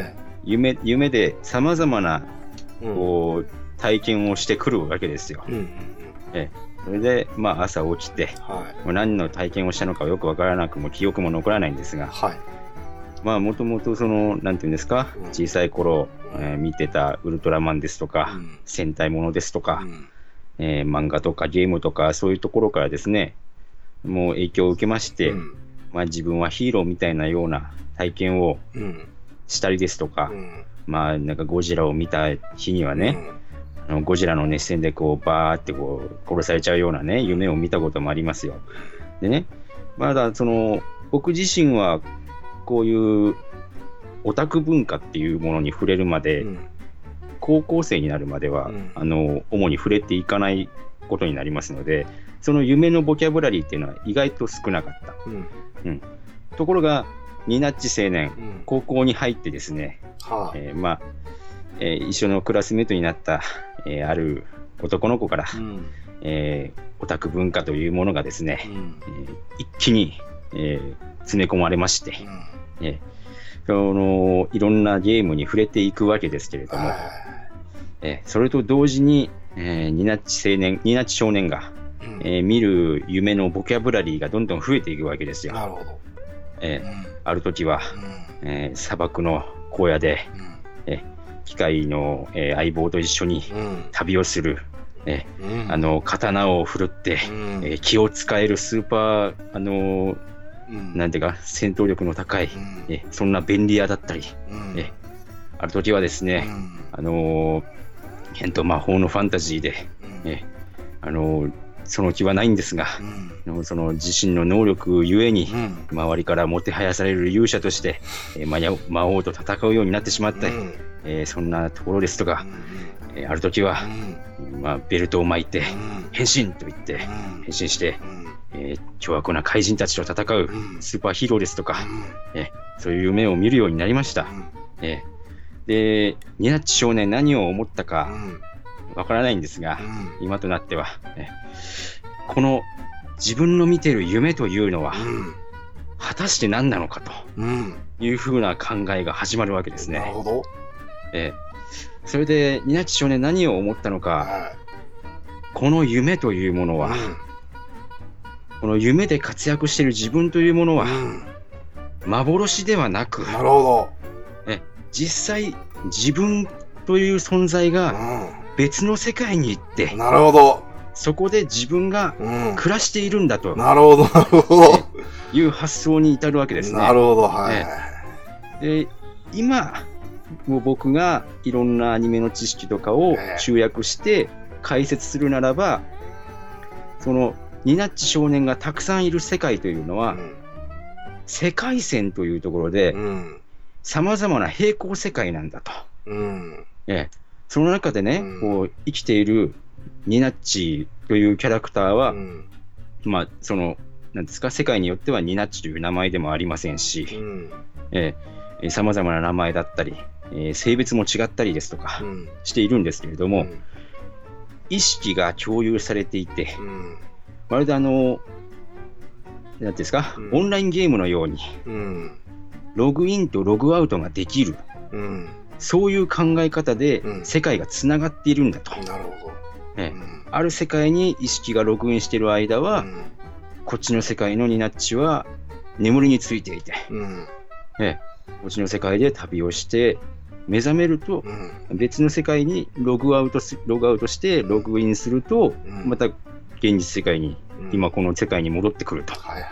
夢、夢で様々な、 うんこう、体験をしてくるわけですよ。 うんうんうんええそれで、まあ、朝起きて、 はもう何の体験をしたのかよくわからなく、もう記憶も残らないんですいが、 はいまあ、もともとその、なんていうんですか、 うん小さい頃、 うんえー見てたウルトラマンですとか、 うん戦隊ものですとか、 うんえー漫画とかゲームとか、そういうところからですね、もう影響を受けまして、 うんまあ、自分はヒーローみたいなような体験をうんしたりですとか、 うんまあ、なんかゴジラを見た日にはね、あのゴジラの熱戦でこうバーってこう殺されちゃうようなね夢を見たこともありますよ。でね、まだその僕自身はこういうオタク文化っていうものに触れるまで、 うん高校生になるまでは、 うんあの主に触れていかないことになりますので、その夢のボキャブラリーっていうのは意外と少なかった。 うんところがニナッチ青年うん高校に入ってですね、 はあえーまあえー一緒のクラスメートになった、えーある男の子から、 うんえーオタク文化というものがですね、 うんえー一気に、えー詰め込まれまして、 うんえーそのいろんなゲームに触れていくわけですけれども、 はえーそれと同時に、えーニナッチ青年、ニナッチ少年が、 いうんえー見る夢のボキャブラリーがどんどん増えていくわけですよ。 なるほどえーうんある時は、 うんえー砂漠の荒野で機械の、えー相棒と一緒にうん旅をする、えうんーあの刀を振るって、 うんえー気を使えるスーパー、あのーうんなんていうか戦闘力の高い、 うんえーそんな便利屋だったり、 うんえある時はですね、 うんあのーえっと魔法のファンタジーで、 うんえあのーその気はないんですが、 うんその自身の能力ゆえにうん周りからもてはやされる勇者として、えー魔や魔王と戦うようになってしまったり、 うんえーそんなところですとか、 うんえーある時は、まあ、ベルトを巻いてうん変身と言って変身して、 うんえー凶悪な怪人たちと戦ううんスーパーヒーローですとか、 うんえーそういう夢を見るようになりました。えーで、ニナッチ少年何を思ったかわからないんですが、今となっては、えーこの自分の見てる夢というのは果たして何なのかとうんいうふうな考えが始まるわけですね。 なるほどえーそれでニナッチ少年何を思ったのか、 はこの夢というものは、この夢で活躍している自分というものはうん幻ではなく、 なるほ実際自分という存在どが別の世界に行ってうんなるほどそこで自分がうん暮らしているんだとなるほどなるほどいう発想に至るわけですね。 なるほどはいえで今もう僕がいろんなアニメの知識とかをええ集約して解説するならば、そのニナッチ少年がたくさんいる世界というのは、世界線というところでうんさまざまな平行世界なんだと。 うんええ、その中でね、 うんこう生きているニナッチというキャラクターは、 うんまあそのなんですか、世界によってはニナッチという名前でもありませんし、 うんええ、さまざまな名前だったり、えー性別も違ったりですとかうんしているんですけれども、 うん意識が共有されていて、 うんまるであの、なんていうんですか、 うんオンラインゲームのように、 うんログインとログアウトができる、 うんそういう考え方でうん世界がつながっているんだと。 なるほどええうんある世界に意識がログインしている間は、 うんこっちの世界のニナッチは眠りについていて、 うんええこっちの世界で旅をして、目覚めるとうん別の世界にログアウトすログアウトしてログインすると、 うんまた現実世界に、 うん今この世界に戻ってくると。 はいはい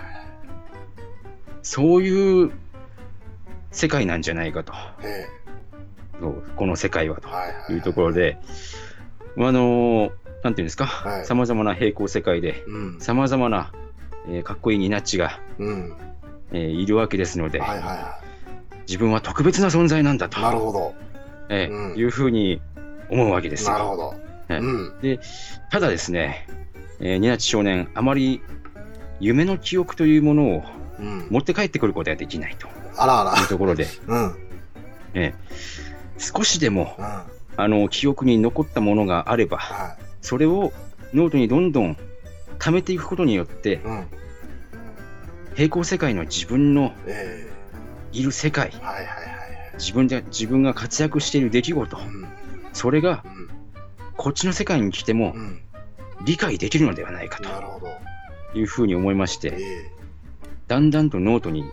そういう世界なんじゃないかと。 えそうこの世界はとえはいはいいうところで、あのなんていうんですか、 はいさまざまな平行世界で、 うんさまざまな、えーかっこいいニナッチが、 うんえーいるわけですので、 はいはいは自分は特別な存在なんだと、 いなるほどえーうんいうふうに思うわけですよ。 なるほどええうんただですね、えーニナッチ少年、あまり夢の記憶というものをうん持って帰ってくることができないとあらあいうところで、 らうんえー少しでもうんはあの記憶に残ったものがあれば、 いそれをノートにどんどん貯めていくことによって、 うん平行世界の自分のえいる世界、 えはいはいはい自分で自分が活躍している出来事、 うん、 それがうんこっちの世界に来てもうん理解できるのではないかなるほど。 というふうに思いまして、 えだんだんとノートにえはい。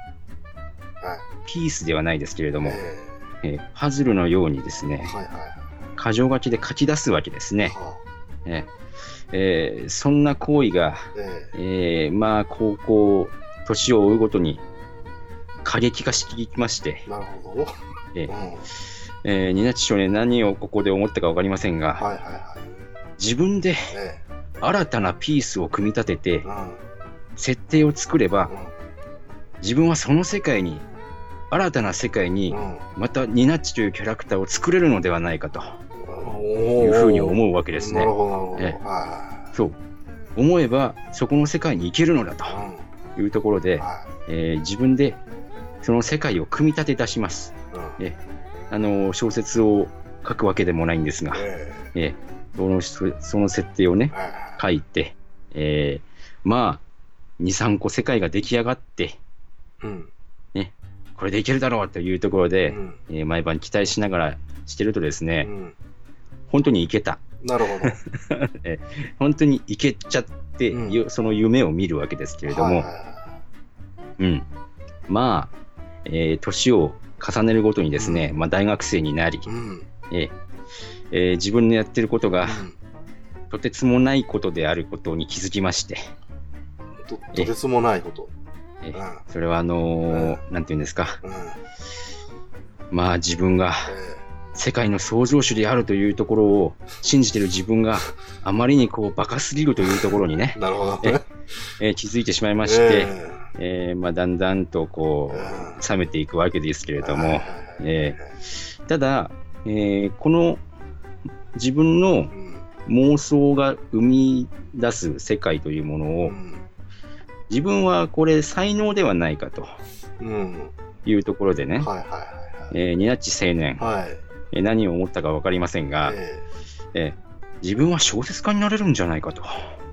ピースではないですけれども、 ええーパズルのようにですね、 えはいはい箇条書きで書き出すわけですね。 はえーえーそんな行為が、 あええーまあ高校年を追うごとに過激化していきましてえ、なるほど。 えーうんえー、ニナッチ少年何をここで思ったか分かりませんが、 はいはいはい。 自分でえ新たなピースを組み立ててえうん設定を作れば、 うん自分はその世界に新たな世界にうんまたニナッチというキャラクターを作れるのではないかといいうふうに思うわけですね。 なるほどなるほど。 ええはそう思えばそこの世界に行けるのだといはい。 いうところで、 はえー自分でその世界を組み立て出します。 い。うんえあの小説を書くわけでもないんですが、 ええーそのそその設定をねえはいはい書いて、えーまあに、さんこ世界が出来上がってうんこれでいけるだろうというところで、 うんえー毎晩期待しながらしてるとですね、 うん本当にいけた。 なるほど。 本当にいけちゃって、 うんよその夢を見るわけですけれども、 はいはいはうん、まあ、えー年を重ねるごとにですね、 うんまあ、大学生になり、 いうんえーえー自分のやってることがうんとてつもないことであることに気づきまして、 ととてつもないこと。 えーうんそれはあのーなんていうんですか、 うんまあ自分がえ世界の創造主であるというところを信じている自分があまりにこうバカすぎるというところにねえ、なるほどね。 えー気づいてしまいまして、 ええーまあ、だんだんとこえう冷めていくわけですけれども、 はいえーただ、えーこの自分のうん妄想が生み出す世界というものをうん自分はこれ才能ではないかとうんいうところでね、 はいはいはいえーニナッチ青年、 はい。はい。 えー何を思ったか分かりませんが、 ええー自分は小説家になれるんじゃないかと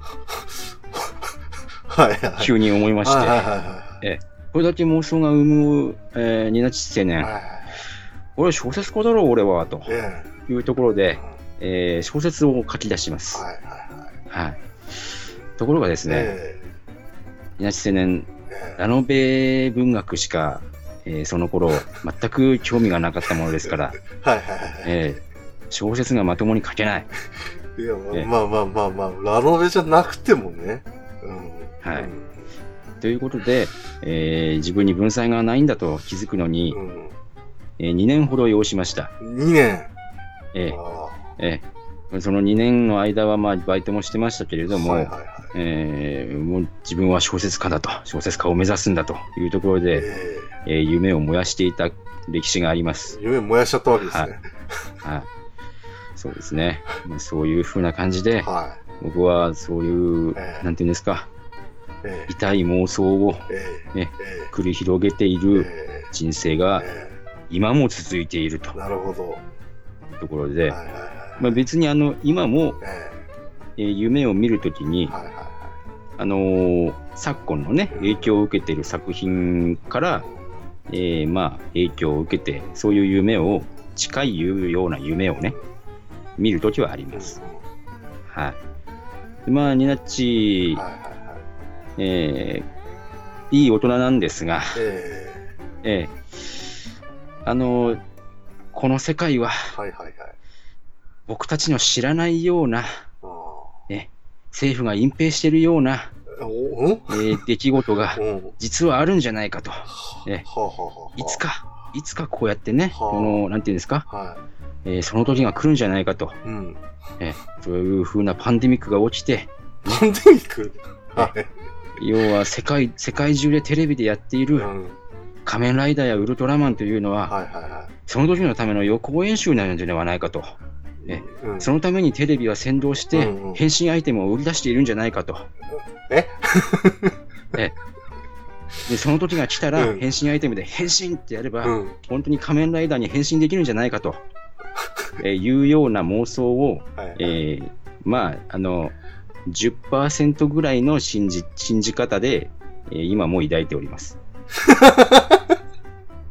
えはいはい。 急に思いまして、 はいはいはいえこれだけ妄想が生む、えーニナッチ青年、 はい。はいはい俺小説家だろう俺はとえいうところえで、えー小説を書き出します。 はいはいはい。 はい。ところがですね、 えニナッチ青年、 ええラノベ文学しか、えーその頃全く興味がなかったものですから、 えはいはいはい。 えー小説がまともに書けない。 いや、 ええまあまあまあまあ、ラノベじゃなくてもね。うん。 はいうんということで、えー自分に文才がないんだと気づくのに、 うん。 えーにねんほど要しました。 にねん。 えーあえーそのにねんの間はまあバイトもしてましたけれども、 はいはいはい。 えーもう自分は小説家だと、小説家を目指すんだというところで、 ええー夢を燃やしていた歴史がありますえ。夢燃やしちゃったわけですね。 はい、そうですね。まあそういうふうな感じで、 は僕はそういう、 ええなんていうんですか、 い。ええ痛い妄想をええねえ繰り広げていえるえ人生がえ今も続いているとえなるほど。 いうところで、 はいはいはい。 まあ、別にあの今も、 ええー夢を見るときにえ、はいはいはあのー昨今のね影響を受けている作品から、えーまあ影響を受けてそういう夢を近いような夢をね見るときはありい。 ます。 うんはい。でまあニナッチ、 はいはいはい。 えーいい大人なんですが、 ええーあのーこの世界はえはいはいはい。 僕たちの知らないようなあ政府が隠蔽しているような、 あ。おうんえー出来事がうん。 実はあるんじゃないかと。えはあはあはあはあ。 いつか、いつかこうやってね、 はあこの、なんていうんですか、 はえーその時が来るんじゃないかと。 い。うん。 えーそういう風なパンデミックが起きて、 パンデミックはい。 要は世界、世界中でテレビでやっているうん。 仮面ライダーやウルトラマンというのは、 はいはいはその時のための予行演習なんではないかと。 い。 えうんそのためにテレビは先導してうんうん、 変身アイテムを売り出しているんじゃないかと。 ええで、その時が来たら、 うん変身アイテムで変身ってやれば、 うん。 本当に仮面ライダーに変身できるんじゃないかと、えーいうような妄想を、 はい。 えーまあ、あの、じゅっパーセント ぐらいの信じ信じ方で、えー今も抱いております。えー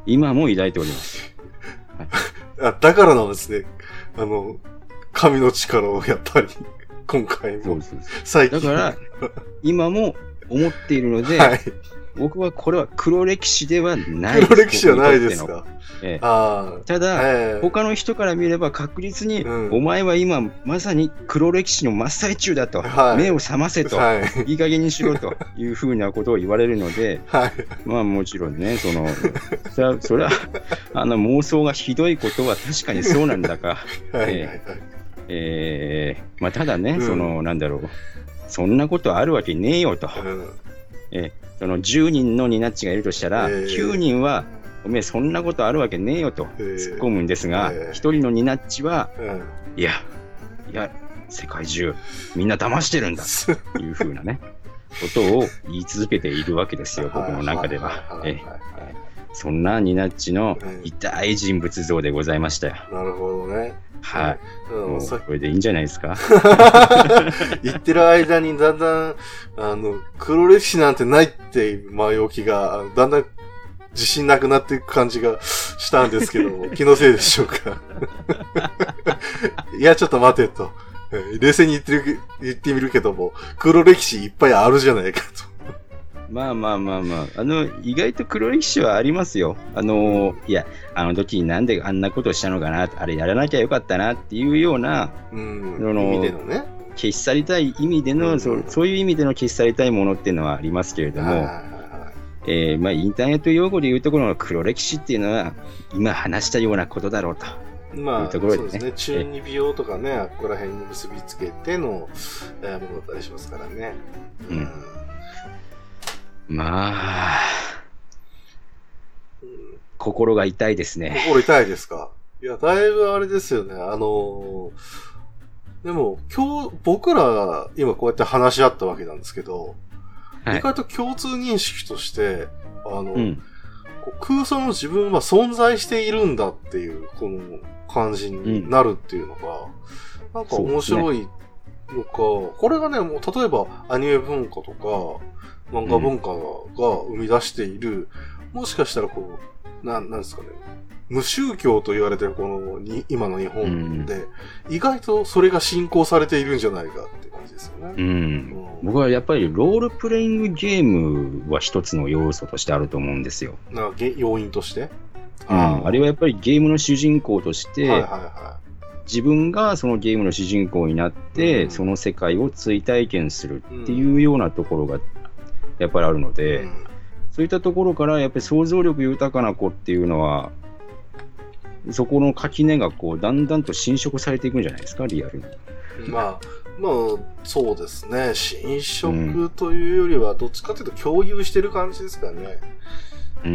今も抱いております。 あ、だからなんですね。あの、神の力をやっぱり、今回も。 そうそうそう最近。 だから、今も思っているので、はい、僕はこれは黒歴史ではないです。 黒歴史はないですか。 ええ、 あただ、 ええ、 他の人から見れば確実に、 うん、 お前は今まさに黒歴史の真っ最中だと、 はい、 目を覚ませと、 はい、 いい加減にしろというふうなことを言われるので、 はい、 まあもちろんね、そのそれは、それはあの妄想がひどいことは確かにそうなんだが、 はい、 えーえーまあ、ただね、 うん、 そのなんだろう、そんなことあるわけねえよと、うん、えーそのじゅうにんのニナッチがいるとしたら、えー、きゅうにんはおめえそんなことあるわけねえよと突っ込むんですが、えー、ひとりのニナッチは、うん、いやいや世界中みんな騙してるんだというふうなねことを言い続けているわけですよ、僕の中では。えーそんなニナッチの痛い人物像でございましたよ。 なるほどね。 はい、うん、これでいいんじゃないですか。 言ってる間にだんだんあの黒歴史なんてないっていう前置きがだんだん自信なくなっていく感じがしたんですけども気のせいでしょうか。いやちょっと待てと冷静に言ってる言ってみるけども黒歴史いっぱいあるじゃないかと。 まあまあまあまあ、あの、意外と黒歴史はありますよ。あの、いや、あの時になんであんなことしたのかな、あれやらなきゃよかったなっていうような、 うん、の意味でのね。 消し去りたい意味での、うん、そ、そういう意味での消し去りたいものっていうのはありますけれども、えー、まあインターネット用語でいうところの黒歴史っていうのは、今話したようなことだろうと。 まあ、 いうところでね、 そうですね。中二病とかね、あっこら辺に結びつけての、えー、ものだったりしますからね。 うん。うんまあ、うん、心が痛いですね。 心痛いですか。いや、だいぶあれですよね。あのー、でも、今日、僕ら、今こうやって話し合ったわけなんですけど、はい、意外と共通認識として、あの、うん、空想の自分は存在しているんだっていう、この感じになるっていうのが、うん、なんか面白いのか、ね、これがね、もう例えばアニメ文化とか、漫画文化が生み出している、うん、もしかしたらこう、な、なんですかね、無宗教と言われてるこのに今の日本で、うん、意外とそれが進行されているんじゃないかって感じですよね。 うんうん、僕はやっぱりロールプレイングゲームは一つの要素としてあると思うんですよ。 な要因として、 うん、あれはやっぱりゲームの主人公として、はいはいはい、自分がそのゲームの主人公になって、うん、その世界を追体験するっていうようなところがやっぱりあるので、うん、そういったところからやっぱり想像力豊かな子っていうのはそこの垣根がこうだんだんと侵食されていくんじゃないですか、リアルに。 まあまあそうですね、侵食というよりはどっちかというと共有してる感じですかね。 うん、うん、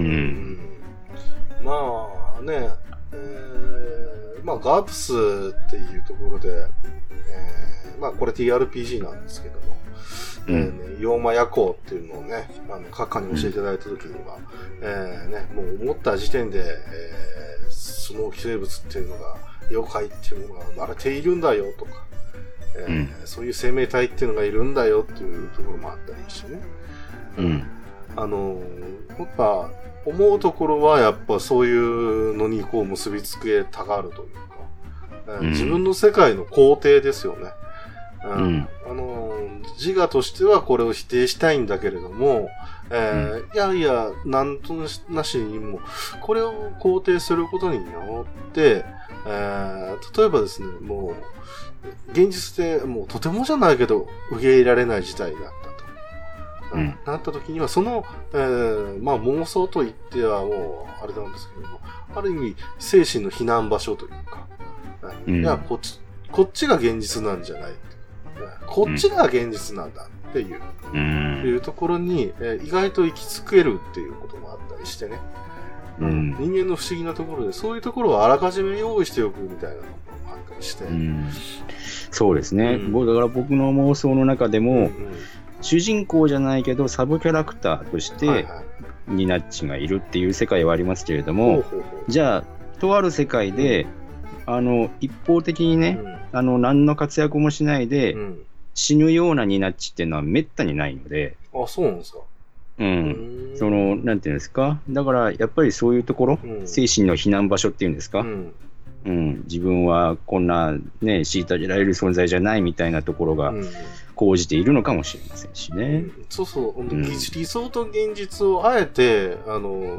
まあね、えー、まあガープスっていうところで、えー、まあこれ ティーアールピージー なんですけども。うんえーね、妖魔夜行っていうのをね、あの、閣下に教えていただいたときには、うん、えー、ね、もう思った時点で、えー、その生物っていうのが、妖怪っていうのが生まれているんだよとか、えーうん、そういう生命体っていうのがいるんだよっていうところもあったりしてね。 うん。 あの、やっぱ、思うところはやっぱそういうのにこう結びつけたがるというか、えーうん、自分の世界の肯定ですよね。うん、あの自我としてはこれを否定したいんだけれども、えーうん、いやいやなんとなしにもこれを肯定することによって、えー、例えばですね、もう現実でもうとてもじゃないけど受け入れられない事態になったと、うん、なった時にはその、えー、まあ妄想といってはもうあれなんですけども、ある意味精神の避難場所というか、うん、いやこっちこっちが現実なんじゃない。こっちが現実なんだっていう、うん、いうところに、えー、意外と行き着けるっていうこともあったりしてね、うん、人間の不思議なところでそういうところをあらかじめ用意しておくみたいなのもあったりして、うん、 そうですね、うん、だから僕の妄想の中でも、うんうん、主人公じゃないけどサブキャラクターとしてニナッチがいるっていう世界はありますけれども、はいはい、じゃあとある世界で、うん、あの一方的にね、うんあの何の活躍もしないで、うん、死ぬようなニナッチっていうのはめったにないので、 あ、そうなんですか。 うん。その、なんていうんですか。だから、やっぱりそういうところ、 うん、 精神の避難場所っていうんですか。 うん。 うん、自分はこんなね、虐げられる存在じゃないみたいなところが講じているのかもしれませんしね。うん、 そうそう、うん、理想と現実をあえて、あの、うん、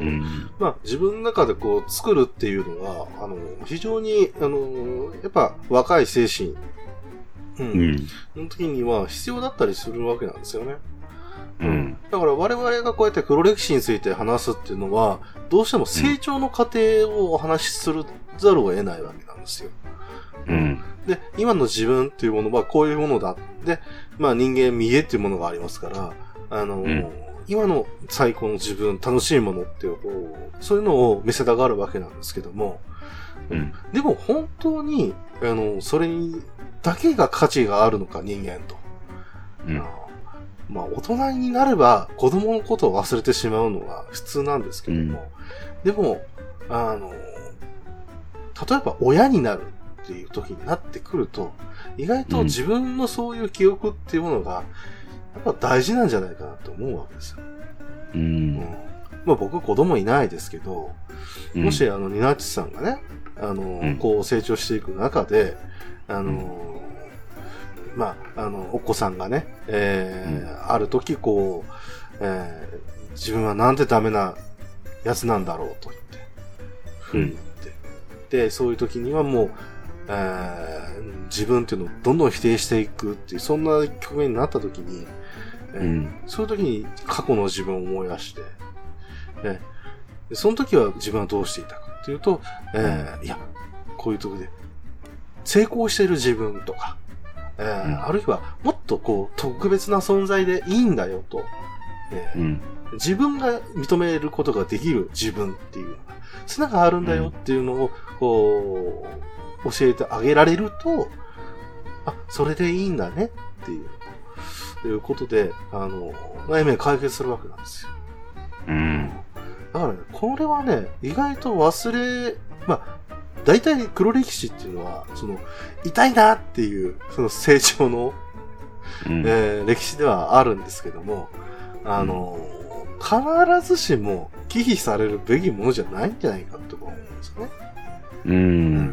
まあ、自分の中でこう作るっていうのは、あの、非常に、あの、やっぱ若い精神、うん、うん、の時には必要だったりするわけなんですよね。うん、だから我々がこうやって黒歴史について話すっていうのは、どうしても成長の過程をお話しするざるを得ないわけなんですよ。うん、で、今の自分っていうものはこういうものだ。で、まあ人間見栄っていうものがありますから、あの、うん、今の最高の自分、楽しいものっていう、そういうのを見せたがるわけなんですけども、うん、でも本当に、あの、それにだけが価値があるのか、人間と。うんまあ、大人になれば子供のことを忘れてしまうのが普通なんですけども、うん、でも、あの、例えば親になるっていう時になってくると、意外と自分のそういう記憶っていうものが、やっぱ大事なんじゃないかなと思うわけですよ。うん。うん、まあ僕子供いないですけど、もしあの、ニナッチさんがね、あの、うん、こう成長していく中で、あの、うんまあ、あの、お子さんがね、えーうん、ある時こう、えー、自分はなんてダメなやつなんだろうと言って、ふうに言って、うん、で、そういう時にはもう、えー、自分っていうのをどんどん否定していくっていう、そんな局面になった時に、えーうん、そういう時に過去の自分を思い出して、えー、その時は自分はどうしていたかっていうと、えー、いや、こういう時で、成功している自分とか、えーうん、あるいはもっとこう特別な存在でいいんだよと、えーうん、自分が認めることができる自分っていうのが砂があるんだよっていうのをこう教えてあげられると、あ、それでいいんだねっていうということであの悩みが解決するわけなんですよ。うん、だからねこれはね意外と忘れまあ大体黒歴史っていうのは、その、痛いなっていう、その成長の、うんえー、歴史ではあるんですけども、あの、うん、必ずしも忌避されるべきものじゃないんじゃないかと思うんですよね。 うん、うん、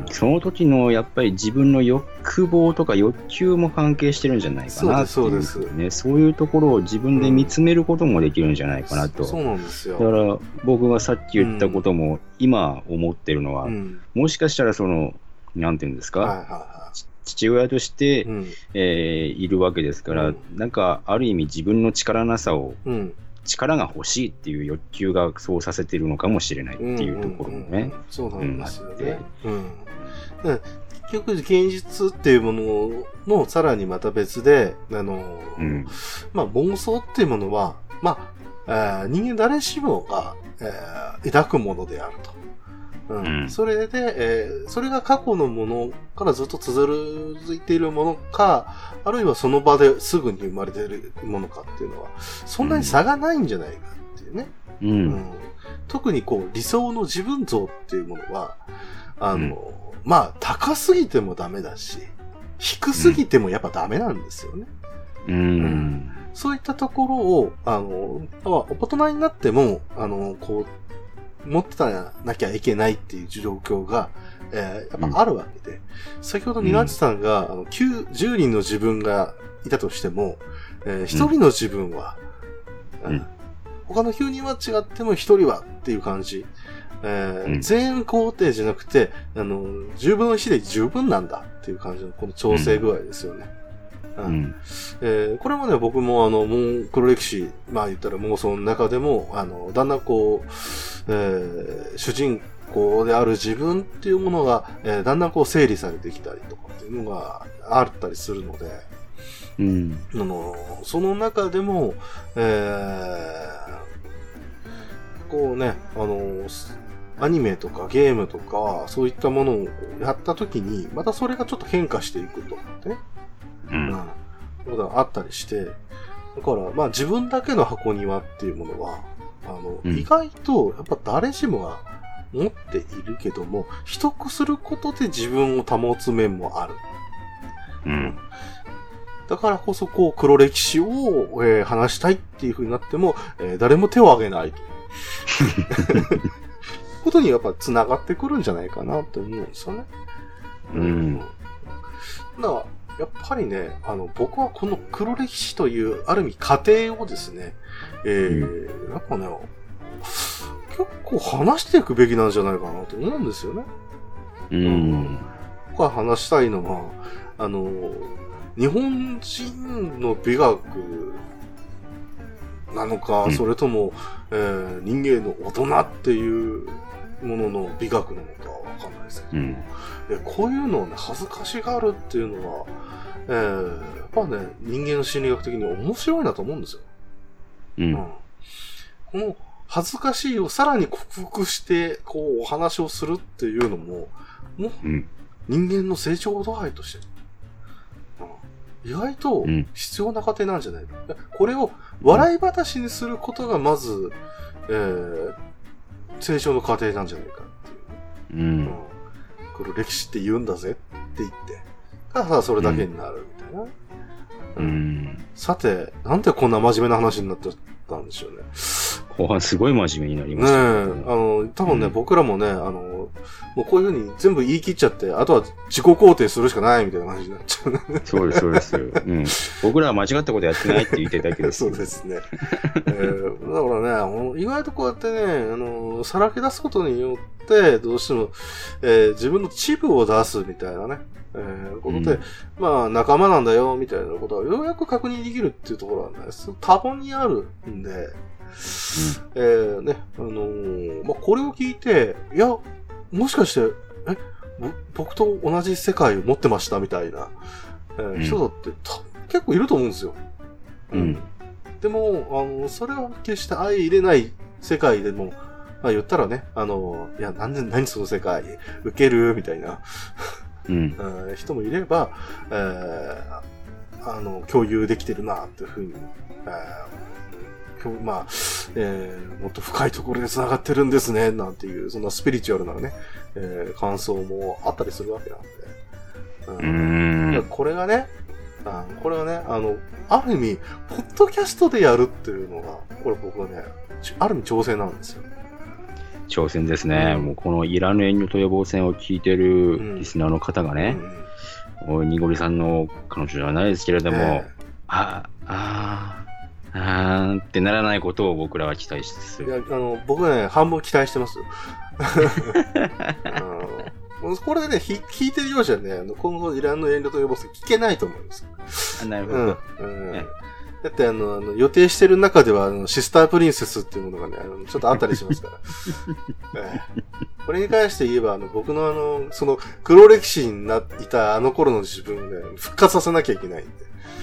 その時のやっぱり自分の欲望とか欲求も関係してるんじゃないかなっていう、ね、そうです、そうです。そういうところを自分で見つめることもできるんじゃないかなと。 うん、そうなんですよ。 だから僕がさっき言ったことも今思ってるのは、うん、もしかしたらその、なんていうんですか、はいはいはい、父親として、うんえー、いるわけですから、うん、なんかある意味自分の力なさを、うん力が欲しいっていう欲求がそうさせているのかもしれないっていうところもね。うんうんうん、 そうなんですよね。うん、結局現実っていうもののさらにまた別で、あの、うん、まあ妄想っていうものは、まあ、人間誰しもが、えー、抱くものであると。うんうん、それで、えー、それが過去のものからずっと続いているものか、あるいはその場ですぐに生まれているものかっていうのは、そんなに差がないんじゃないかっていうね。うんうん、特にこう理想の自分像っていうものは、あの、うん、まあ高すぎてもダメだし、低すぎてもやっぱダメなんですよね。うんうん、そういったところを、あの、大人になっても、あの、こう、持ってたなきゃいけないっていう状況が、えー、やっぱあるわけで、うん、先ほどニナッチさんが、うん、あのきゅう、じゅうにんの自分がいたとしても、えー、ひとりの自分は、うん、他のきゅうにんは違ってもひとりはっていう感じ、えーうん、全肯定じゃなくて、あの、じゅうぶんのいちで十分なんだっていう感じのこの調整具合ですよね。うんうんえー、これもね、僕もあの、もう黒歴史、まあ言ったら妄想の中でも、あの、だんだんこう、えー、主人公である自分っていうものが、えー、だんだんこう整理されてきたりとかっていうのがあったりするので、うん、あのその中でも、えー、こうね、あのアニメとかゲームとかそういったものをやったときにまたそれがちょっと変化していくとかってね、うんうん、ことがあったりして、だからまあ自分だけの箱庭っていうものはあの、うん、意外とやっぱ誰しもが持っているけども、取得することで自分を保つ面もある。うん。 だからこそ、こう、黒歴史を、えー、話したいっていう風になっても、えー、誰も手を挙げないと。ことにやっぱ繋がってくるんじゃないかなって思うんですよね。 うん。だから、やっぱりね、あの、僕はこの黒歴史という、ある意味、過程をですね、えー、うん、やっぱね、結構話していくべきなんじゃないかなと思うんですよね。 うん。 僕が話したいのは、あの、日本人の美学なのか、うん、それとも、えー、人間の大人っていうものの美学なのかわかんないですけど、うん、えこういうのをね、恥ずかしがるっていうのは、えー、やっぱね、人間の心理学的に面白いなと思うんですよ。 うん。うん、 この恥ずかしいをさらに克服して、こう、お話をするっていうのも、もう、うん、人間の成長度合いとして、うん、意外と必要な過程なんじゃないの、うん、これを笑い話にすることがまず、えー、成長の過程なんじゃないかっていう。うん。うん、これ歴史って言うんだぜって言って、ただそれだけになるみたいな。 うん。うん、 さて、なんでこんな真面目な話になっちゃったんでしょうね。 後半すごい真面目になりましたね。 ねえ、あの、多分ね、うん、僕らもね、あの、もうこういう風に全部言い切っちゃって、あとは自己肯定するしかないみたいな感じになっちゃう、ね。 そうです、そうです。うん。僕らは間違ったことやってないって言ってるだけです。 そうですね。えー、だからね、意外とこうやってね、あの、さらけ出すことによって、どうしても、えー、自分のチブを出すみたいなね、えー、ことで、うん、まあ、仲間なんだよ、みたいなことがようやく確認できるっていうところはね、多分にあるんで、うん、えー、ね、あのー、まあ、これを聞いて、いや、もしかして、え、僕と同じ世界を持ってましたみたいな、えーうん、人だって結構いると思うんですよ。 うん。 でも、あの、それは決して相入れない世界でも、まあ言ったらね、あの、いや、なんで、何その世界、受けるみたいな、 うん、 人もいれば、えー、あの、共有できてるな、っていうふうに、えー、まあ、えー、もっと深いところで繋がってるんですね、なんていう、そんなスピリチュアルなね、えー、感想もあったりするわけなんで。 うん、 うんこれがね、あこれはね、あの、ある意味、ポッドキャストでやるっていうのが、これ僕はね、ある意味挑戦なんですよ。 挑戦ですね。うん、もうこのいらぬ遠慮と予防線を聞いてるリスナーの方がね、うんうん、にごりさんの彼女じゃないですけれども、えー、あ、あ、あーってならないことを僕らは期待してする。 いや、あの、僕はね、半分期待してます。これでね、聞いてるようじゃね、今後いらぬ遠慮と予防線聞けないと思うんですよ。なるほど。うんうんねだってあの、あの予定してる中では、あの、シスタープリンセスっていうものがね、あのちょっとあったりしますから。ええ、これに関して言えば、あの、僕のあの、その、黒歴史になっていたあの頃の自分をね、復活させなきゃいけないんで。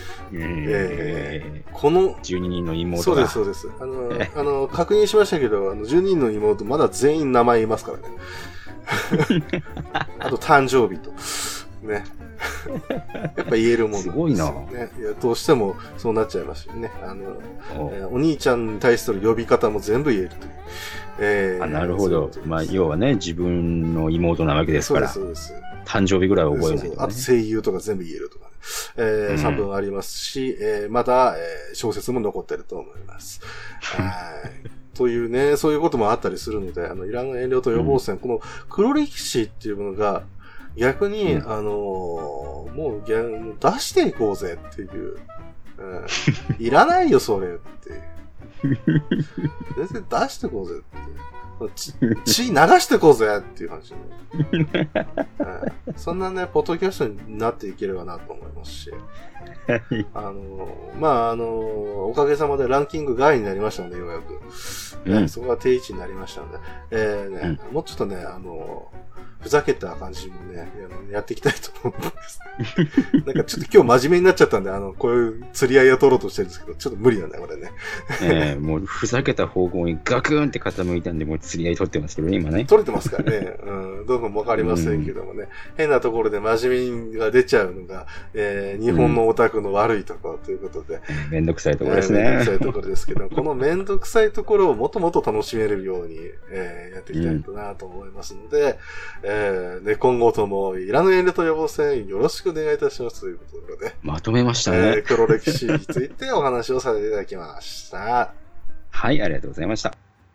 えー、この、 じゅうににんの妹そうです、そうです。あの、あの、確認しましたけど、あの、じゅうににんの妹、まだ全員名前いますからね。あと、誕生日と。ね。やっぱ言えるものですよね。すごいな。いや、どうしてもそうなっちゃいますよね。あの、えー、お兄ちゃんに対する呼び方も全部言えるという。 えー、あなるほど。まあ、要はね、自分の妹なわけですから。 そうです、そうです。 誕生日ぐらいは覚えないと、ね。 そうそうあと声優とか全部言えるとかね。えーうん、さんぶんありますし、えー、また、えー、小説も残ってると思います。はい。というね、そういうこともあったりするので、あの、いらぬ遠慮と予防線、うん、この黒歴史っていうものが、逆に、うん、あのー、もう出していこうぜっていう、うん、いらないよそれっていう全然出していこうぜっていう血流していこうぜっていう話、ねうん、そんなねポッドキャストになっていければなと思いますしあのー、まああのー、おかげさまでランキング外になりましたのでようやく、うん、そこが定位置になりましたので、えーねうん、もうちょっとねあのーふざけた感じもね、やっていきたいと思うんです。なんかちょっと今日真面目になっちゃったんで、あの、こういう釣り合いを取ろうとしてるんですけど、ちょっと無理なんだよ、これね。 ええー、もうふざけた方向にガクーンって傾いたんで、もう釣り合い取ってますけどね、今ね。 取れてますからね。うん、どうかもわかりませんけどもね、うん。変なところで真面目が出ちゃうのが、えー、日本のオタクの悪いところということで。 うん、めんどくさいところですね。 めんどくさいところですけど、このめんどくさいところをもっともっと楽しめるように、えー、やっていきたいなと思いますので、うんえー、ね、今後ともいらぬ遠慮と予防線よろしくお願いいたしますということでね。 まとめましたね。 えー、黒歴史についてお話をさせていただきました。 はい、ありがとうございました。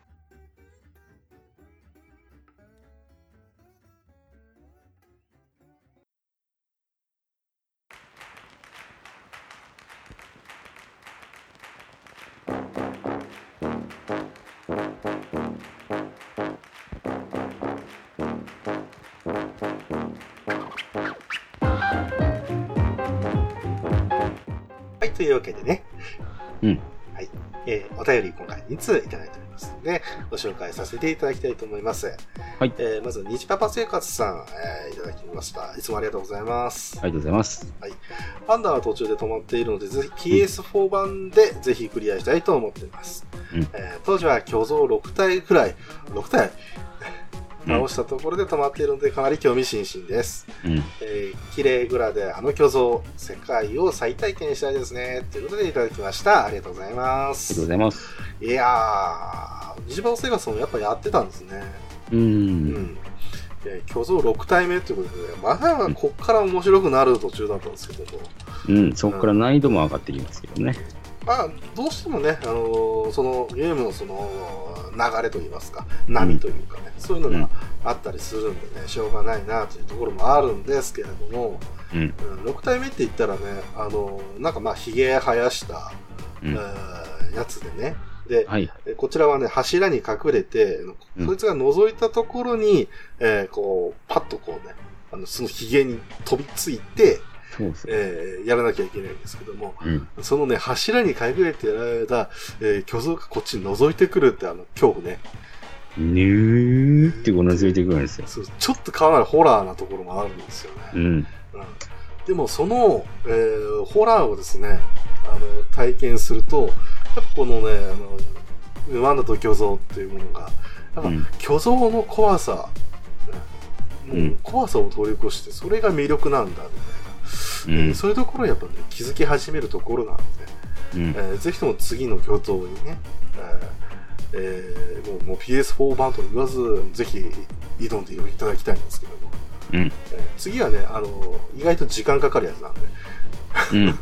はい、というわけでね。 うん。 はい。えー、お便り今回についただいておりますので、ご紹介させていただきたいと思います。 はい。 えー、まず、にじパパ生活さん、えー、いただきました。いつもありがとうございます。 ありがとうございます。 はい。パンダは途中で止まっているので、ぜひ ピーエスフォー 版でぜひクリアしたいと思っています。うん、えー、当時は巨像ろく体くらい、ろく体倒したところで止まっているので、かなり興味津々です。うん、えー、綺麗グラであの巨像、世界を再体験したいですね。ということでいただきました。ありがとうございます。 ありがとうございます。 いやー、虹パパ生活もやっぱやってたんですね。 うん。うんうん巨像ろく体目ということで、まだこっから面白くなる途中だったんですけども。 うん、そこから難易度も上がってきますけどね。 まあ、どうしてもね、あのー、そのゲームのその流れといいますか、波というかね、うん、そういうのがあったりするんでね、しょうがないなというところもあるんですけれども、うんうん、ろく体目って言ったらね、あのー、なんかまあ、髭生やした、うん、やつでね、で、はい、こちらはね、柱に隠れて、うん、そいつが覗いたところに、えー、こう、パッとこうね、あの、その髭に飛びついて、そうですね、えー、やらなきゃいけないんですけども、うん、そのね、柱に隠れてやられた、えー、巨像がこっちに覗いてくるってあの、恐怖ね。 ぬーってこう覗いてくるんですよ。 そう、ちょっとかなりホラーなところもあるんですよね。うん。うん、でも、その、えー、ホラーをですね、あの、体験すると、やっぱこのね、あの、ワンダと巨像っていうものが、なんか巨像の怖さ、うん、もう怖さを通り越して、それが魅力なんだ、みたいな。うんえー、そういうところをやっぱね、気づき始めるところなんで、うんえー、ぜひとも次の巨像にね、えーえー、もう、もう ピーエスフォー 版と言わず、ぜひ挑んでいただきたいんですけども、うんえー、次はね、あの、意外と時間かかるやつなんで、うん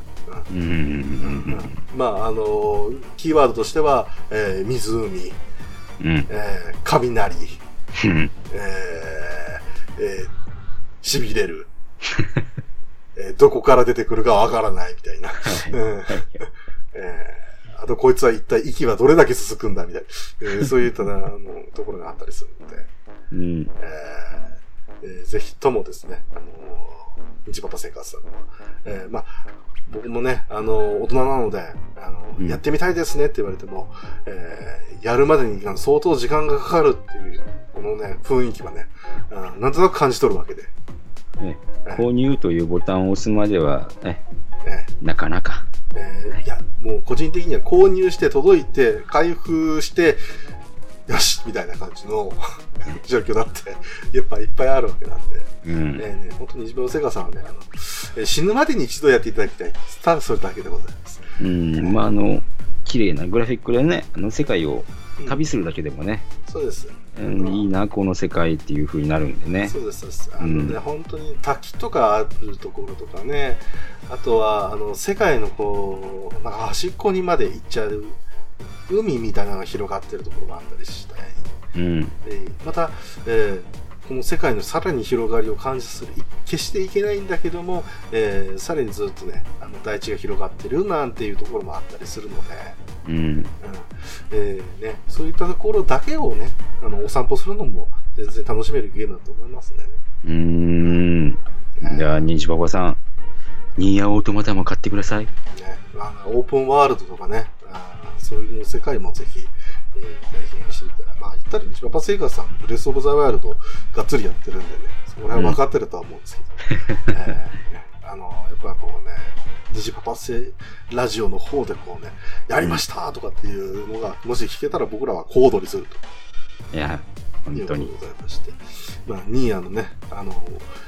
まあ、あのー、キーワードとしては、えー、湖、うんえー、雷、えーえー、痺れる、えー、どこから出てくるかわからないみたいな。えー、あと、こいつは一体息はどれだけ続くんだみたいな。えー、そういったあのところがあったりするので、うんえーえー、ぜひともですね、あのー、みちパパ生活さんの、えー、まあ、僕もね、あの、大人なので、あの、うん、やってみたいですねって言われても、えー、やるまでに相当時間がかかるっていう、このね、雰囲気はね、あなんとなく感じ取るわけで。 ね、購入というボタンを押すまでは、ねね、なかなか。 えー、いや、もう個人的には購入して届いて、開封して、よしみたいな感じの状況だって、やっぱいっぱいあるわけなんで。うん、ねね本当に虹パパ生活さんはね、あの、えー、死ぬまでに一度やっていただきたい。ただそれだけでございます。 うん、まあ、あの、綺麗なグラフィックでね、あの世界を旅するだけでもね、 うん、そうです、 うん、いいなこの世界っていう風になるんでね。 そうですそうです。あのね、うん、本当に滝とかあるところとかね、あとはあの世界のこうなんか端っこにまで行っちゃう海みたいなのが広がってるところがあったりして、うん、えー、また、えー、この世界のさらに広がりを感じする決していけないんだけども、えー、さらにずっとねあの大地が広がってるなんていうところもあったりするので、うんうんえーね、そういったところだけをねあのお散歩するのも全然楽しめるゲームだと思いますね。 うーん、えー、じゃあ虹パパさんニーヤオートマタも買ってください、ねまあ、オープンワールドとかねあそういう世界もぜひ、えー、体験してみたらまあ言ったら虹パパ生活さんブレスオブザワイルドがっつりやってるんでねそこら辺分かってるとは思うんですけど、うんえーね、あのやっぱこうね虹パパ生ラジオの方でこうねやりましたとかっていうのがもし聞けたら僕らは小躍りするといや本当にございまして、まあ、ニーヤのねあの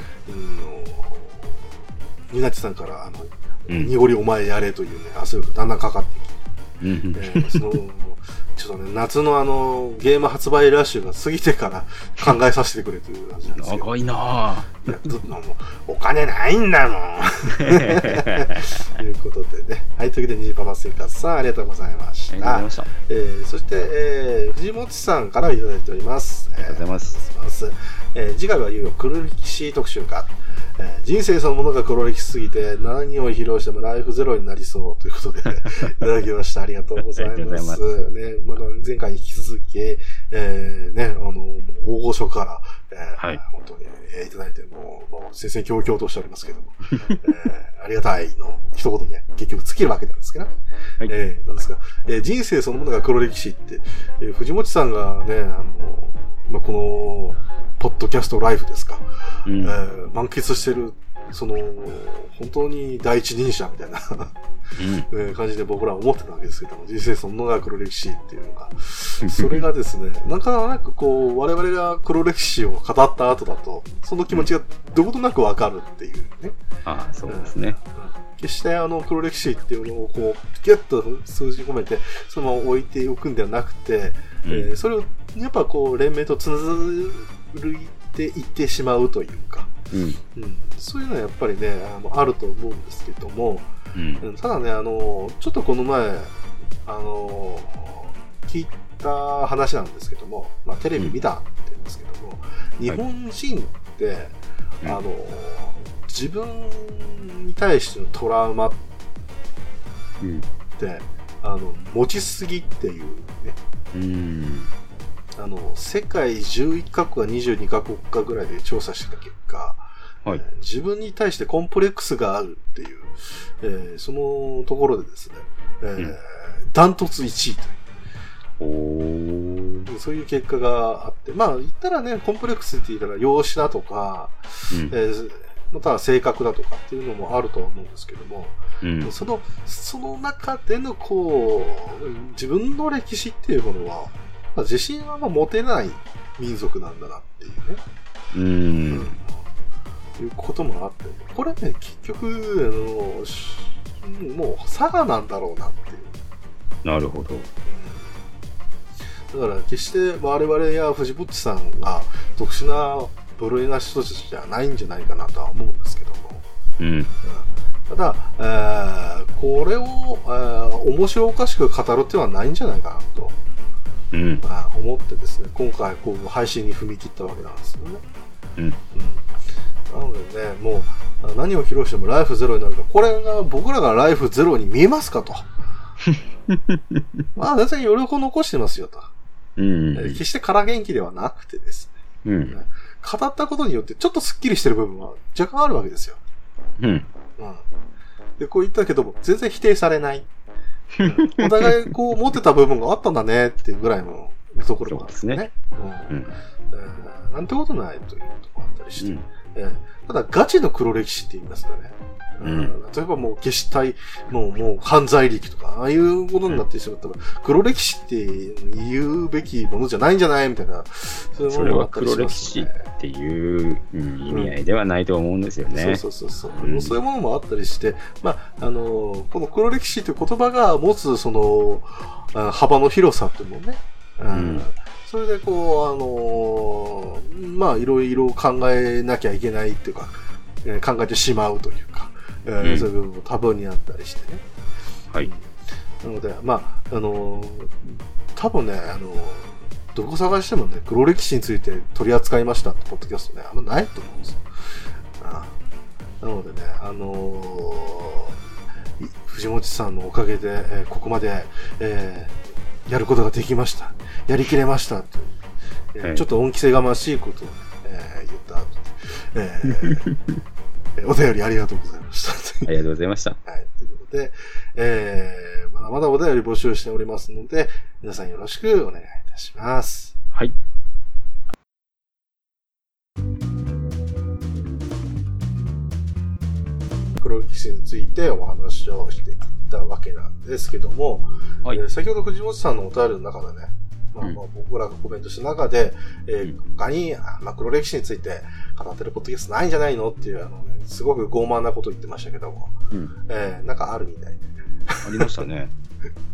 ニナチさんからあの、うん、濁りお前やれというね圧力がだんだんかかってきて、うんえー、そのちちょっとね、夏のあの、ゲーム発売ラッシュが過ぎてから考えさせてくれという感じなんですけど。 長いなぁ。 いや、どもうお金ないんだもん。ということでね。はい、というわけで、ニジパパ生活さん、ありがとうございました。 ありがとうございました。 えー、そして、えー、藤本さんからいただいております。 ありがとうございます。 えー、ますえー、次回はいよいよ黒歴史特集か。えー、人生そのものが黒歴史すぎて何を披露してもライフゼロになりそうということでいただきました。ありがとうございます。ますね、まだ前回に引き続き、えー、ね、あの、大御所から、えーはい、本当に、えー、いただいて、もう、もう、戦々恐々としておりますけども、えー、ありがたいの一言で、ね、結局尽きるわけなんですけどね。はい、えー、なんですか、えー、人生そのものが黒歴史って、えー、藤本さんがね、あの、まあ、この、ポッドキャストライフですか、うんえー、満喫してる、その、本当に第一人者みたいな、うん、感じで僕らは思ってたわけですけども、人生そのものが黒歴史っていうのが、それがですね、なかなかこう、我々が黒歴史を語った後だと、その気持ちがどことなくわかるっていうね。 ああ、そうですね。 うん決してあの黒歴史っていうのをこうギュッと数字込めてそのまま置いておくんではなくて、うんえー、それをやっぱこう連綿と続いていってしまうというか、うんうん、そういうのはやっぱりねあのあると思うんですけども、うん、ただねあのちょっとこの前あの聞いた話なんですけども、まあ、テレビ見たって言うんですけども、うん、日本人って、はい、あの自分に対してのトラウマって、うん、あの持ちすぎっていうね、うん、あの世界じゅういっかこくかにじゅうにかこくかぐらいで調査した結果、はいえー、自分に対してコンプレックスがあるっていう、えー、そのところでですね、えーうん、ダントツいちいというおそういう結果があって、まあ言ったらねコンプレックスって言ったら容姿だとか、うんえーまた性格だとかっていうのもあるとは思うんですけども、うん、そのその中でのこう自分の歴史っていうものは、まあ、自信はまあ持てない民族なんだなっていうね、うん、うん、いうこともあってこれね結局あのもう差がなんだろうなっていう。 なるほど。 だから決して我々や藤本さんが特殊な部類な人たちじゃないんじゃないかなとは思うんですけども、うん、ただ、えー、これを、えー、面白おかしく語るっていうのはないんじゃないかなと、うんまあ、思ってですね今回こう配信に踏み切ったわけなんですよね、うんうん、なのでねもう何を披露してもライフゼロになるかこれが僕らがライフゼロに見えますかとまあ全然余力を残してますよと、うん、決して空元気ではなくてですね、うん語ったことによってちょっとスッキリしてる部分は若干あるわけですよ。うん。うん。で、こう言ったけども、全然否定されない。うん、お互いこう持ってた部分があったんだねっていうぐらいのところがあるんですね。そうですね。うん。うんえー、なんてことないということもあったりして。うんえー、ただ、ガチの黒歴史って言いますかね。うん、例えばもう消したい、もう、もう犯罪歴とか、ああいうことになってしまったら、うん、黒歴史って言うべきものじゃないんじゃないみたいな。 そういうものがあったりしますね。それは黒歴史っていう、うん、意味合いではないと思うんですよね。 うん、そうそうそうそう、うん。そういうものもあったりして、まあ、あの、この黒歴史という言葉が持つ、その、幅の広さっていうのをね、うん、それでこう、あの、まあ、いろいろ考えなきゃいけないっていうか、考えてしまうというか、えーうん、そういう部分も多分にあったりしてね。はい。なので、まあ、あのー、多分ね、あのー、どこ探してもね、黒歴史について取り扱いましたってポッドキャストね、あんまないと思うんですよ。ああなのでね、あのー、藤本さんのおかげで、えー、ここまで、えー、やることができました。やりきれましたって、えーはい、ちょっと恩着せがましいことを、ねえー、言った後で、えーお便りありがとうございました。 ありがとうございました。 はい。ということで、えー、まだまだお便り募集しておりますので、皆さんよろしくお願いいたします。はい。黒歴史についてお話をしていったわけなんですけども、はいえー、先ほど藤本さんのお便りの中でね、まあ、まあ僕らがコメントした中で、えー、他に、まあ、黒歴史について語ってるポッドキャストないんじゃないのっていう、あのね、すごく傲慢なこと言ってましたけども、うん、えー、なんかあるみたいで。 ありましたね。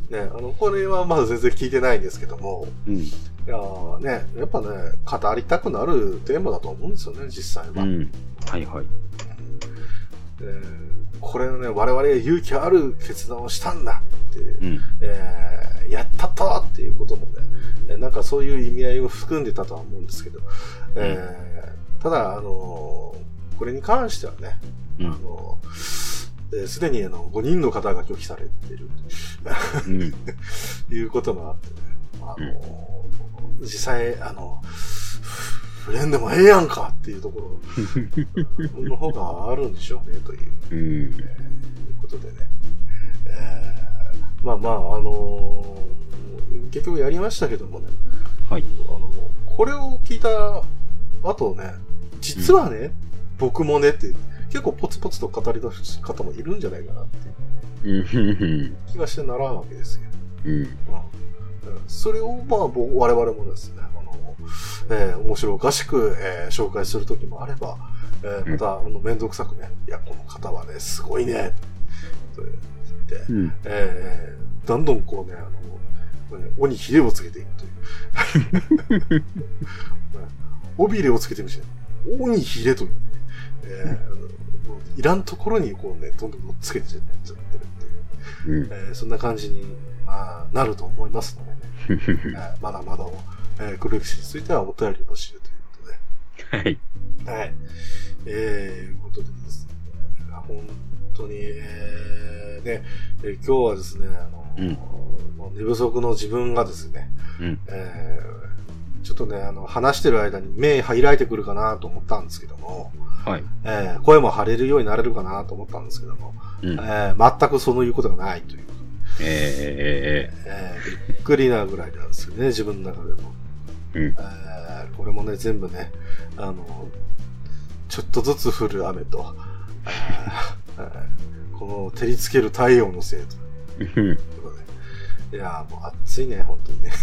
ね、あの、これはまだ全然聞いてないんですけども、 うん。 いやーね、やっぱね、語りたくなるテーマだと思うんですよね、実際は。 うん。はいはい。 えー、これをね、我々が勇気ある決断をしたんだっていう、 うん。 えー、やったったっていうこともね、なんかそういう意味合いを含んでたとは思うんですけど、えー、ただ、あのー、これに関してはね、 うん、 あのー、すでにあのごにんの方が拒否されていると、うん、いうこともあってね、あのーうん、実際、あの、触れんでもええやんかっていうところの方があるんでしょうね、という、うん、えー、いうことでね。えー、まあまあ、あのー、結局やりましたけどもね、 はい。 あの、これを聞いた後ね、実はね、うん、僕もねって、結構ポツポツと語り出す方もいるんじゃないかなっていう気がしてならんわけですよ。うんうん、それをまあ我々もですね、あの、えー、面白おかしく、えー、紹介するときもあれば、えー、またあの面倒くさくね、いやこの方はねすごいねと言って、うん、えー、どんどんこうね、あの尾にひれをつけていくという尾びれをつけてみせる尾にひれという、ね、えー、いらんところにこうねどんどんつけていっちゃってるっていう、うん、えー、そんな感じに、まあ、なると思いますのでね、えー、まだまだを、えー、黒歴史についてはお便り募集ということで、はいはい、えー、いうことでですね、本当に、えー、ね、えー、今日はですね、あの、うん、寝不足の自分がですね、うん、えー、ちょっとね、あの、話してる間に目開いてくるかなと思ったんですけども、はい、えー、声も張れるようになれるかなと思ったんですけども、うん、えー、全くそういうことがないという。えーえー、びっくりなぐらいなんですよね、自分の中でも。うん、えー、これもね、全部ね、あの、ちょっとずつ降る雨と、えー、この照りつける太陽のせいと。いやーもう暑いね、本当にね。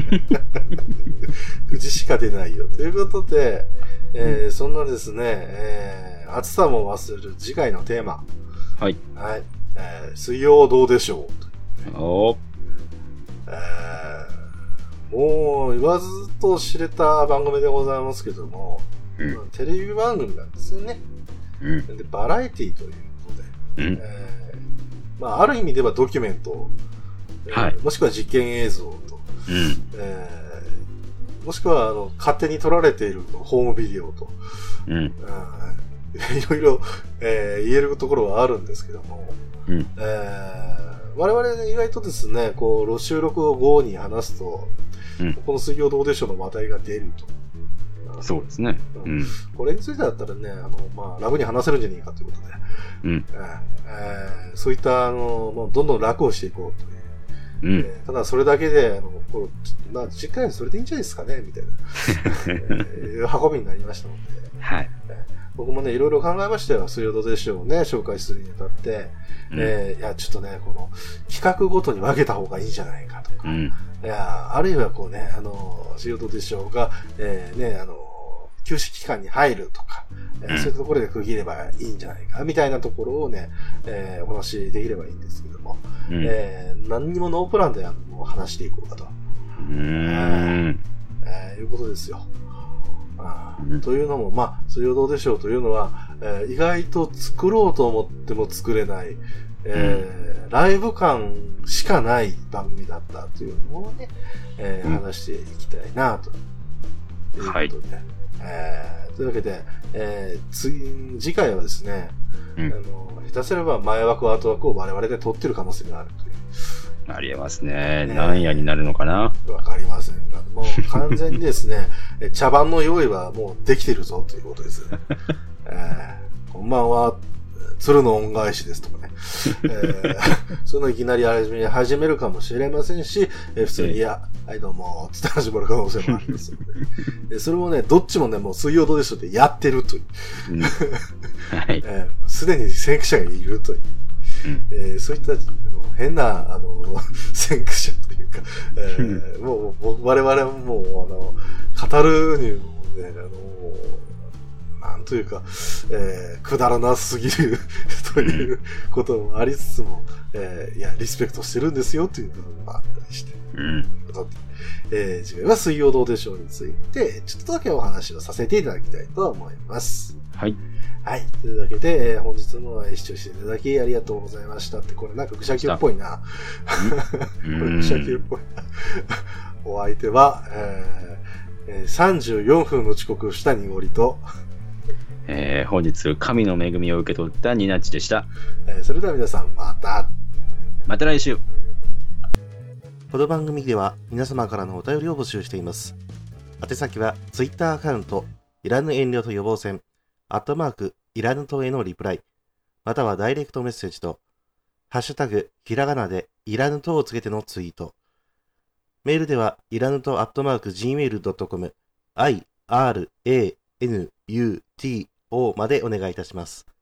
口しか出ないよ。ということで、えー、そんなですね、えー、暑さも忘れる次回のテーマ。はい。はい。えー、水曜どうでしょう、ね。おえー、もう言わずと知れた番組でございますけども、うん、テレビ番組なんですよね。うん、でバラエティということで、うん、えーまあ、ある意味ではドキュメント、はい、もしくは実験映像と、うんえー、もしくはあの勝手に撮られているホームビデオと、うん、いろいろ、えー、言えるところはあるんですけども、うんえー、我々、ね、意外とですね、こう収録後に話すと、うん、この水曜どうでしょうの話題が出ると。 そうですね、 うん。これについてだったらね、あのまあ、楽に話せるんじゃないかということで、うんえー、そういったあの、まあ、どんどん楽をしていこうという。うんえー、ただそれだけで、あのこうまあ、実回それでいいんじゃないですかねみたいな、えー、運びになりましたので、はいえー、僕もね、いろいろ考えましたよ。水曜どうでしょうをね、紹介するにあたって、うんえー、いや、ちょっとね、この企画ごとに分けた方がいいんじゃないかとか、うん、いや、あるいはこうね、あの、水曜どうでしょうが、えー、ね、あの、休止期間に入るとか、うん、そういうところで区切ればいいんじゃないか、みたいなところをね、えー、お話しできればいいんですけども、うんえー、何にもノープランで話していこうかと。うーんえー、いうことですよ。あうん、というのも、まあ、水曜どうでしょうというのは、えー、意外と作ろうと思っても作れない、えーうん、ライブ感しかない番組だったというのをね、えーうん、話していきたいなということで、はいえー、というわけで、えー、次次回はですね、うん、あの下手すれば前枠後枠を我々で撮ってる可能性があるという。 ありえますね。何夜になるのかな？ わかりませんが、もう完全にですね、茶番の用意はもうできてるぞということです。えー、こんばんは、鶴の恩返しですとかね。えー、そういうのいきなり始めるかもしれませんし、えー、普通に、いや、はいどうも、つって始まる可能性もありますので。それもね、どっちもね、もう水曜どうでしょうってやってるという。うん、はい。えー、すでに先駆者がいるという。うんえー、そういったあの変なあの先駆者というか、えー、もう我々ももうあの語るにもねあのなんというか、えー、くだらなすぎるということもありつつも、えー、いや、リスペクトしてるんですよという部分もあったりして。 うん。 えー、自分は水曜どうでしょうについて、ちょっとだけお話をさせていただきたいと思います。 はい。 はい。というわけで、えー、本日も視聴していただきありがとうございましたって、これなんかぐしゃきゅっぽいな。これぐしゃきゅっぽいな。お相手は、えーえー、さんじゅうよんふんの遅刻をしたにごりと、 えー、本日神の恵みを受け取ったニナッチでした。 えー、それでは皆さんまた。 また来週。 この番組では皆様からのお便りを募集しています。宛先は Twitter アカウント、いらぬ遠慮と予防線、アットマーク、いらぬとへのリプライ、またはダイレクトメッセージと、ハッシュタグ、ひらがなでいらぬとをつけてのツイート。メールでは、いらぬとアットマーク ジーメールドットコム、アイアールエーエヌユーティーオー までお願いいたします。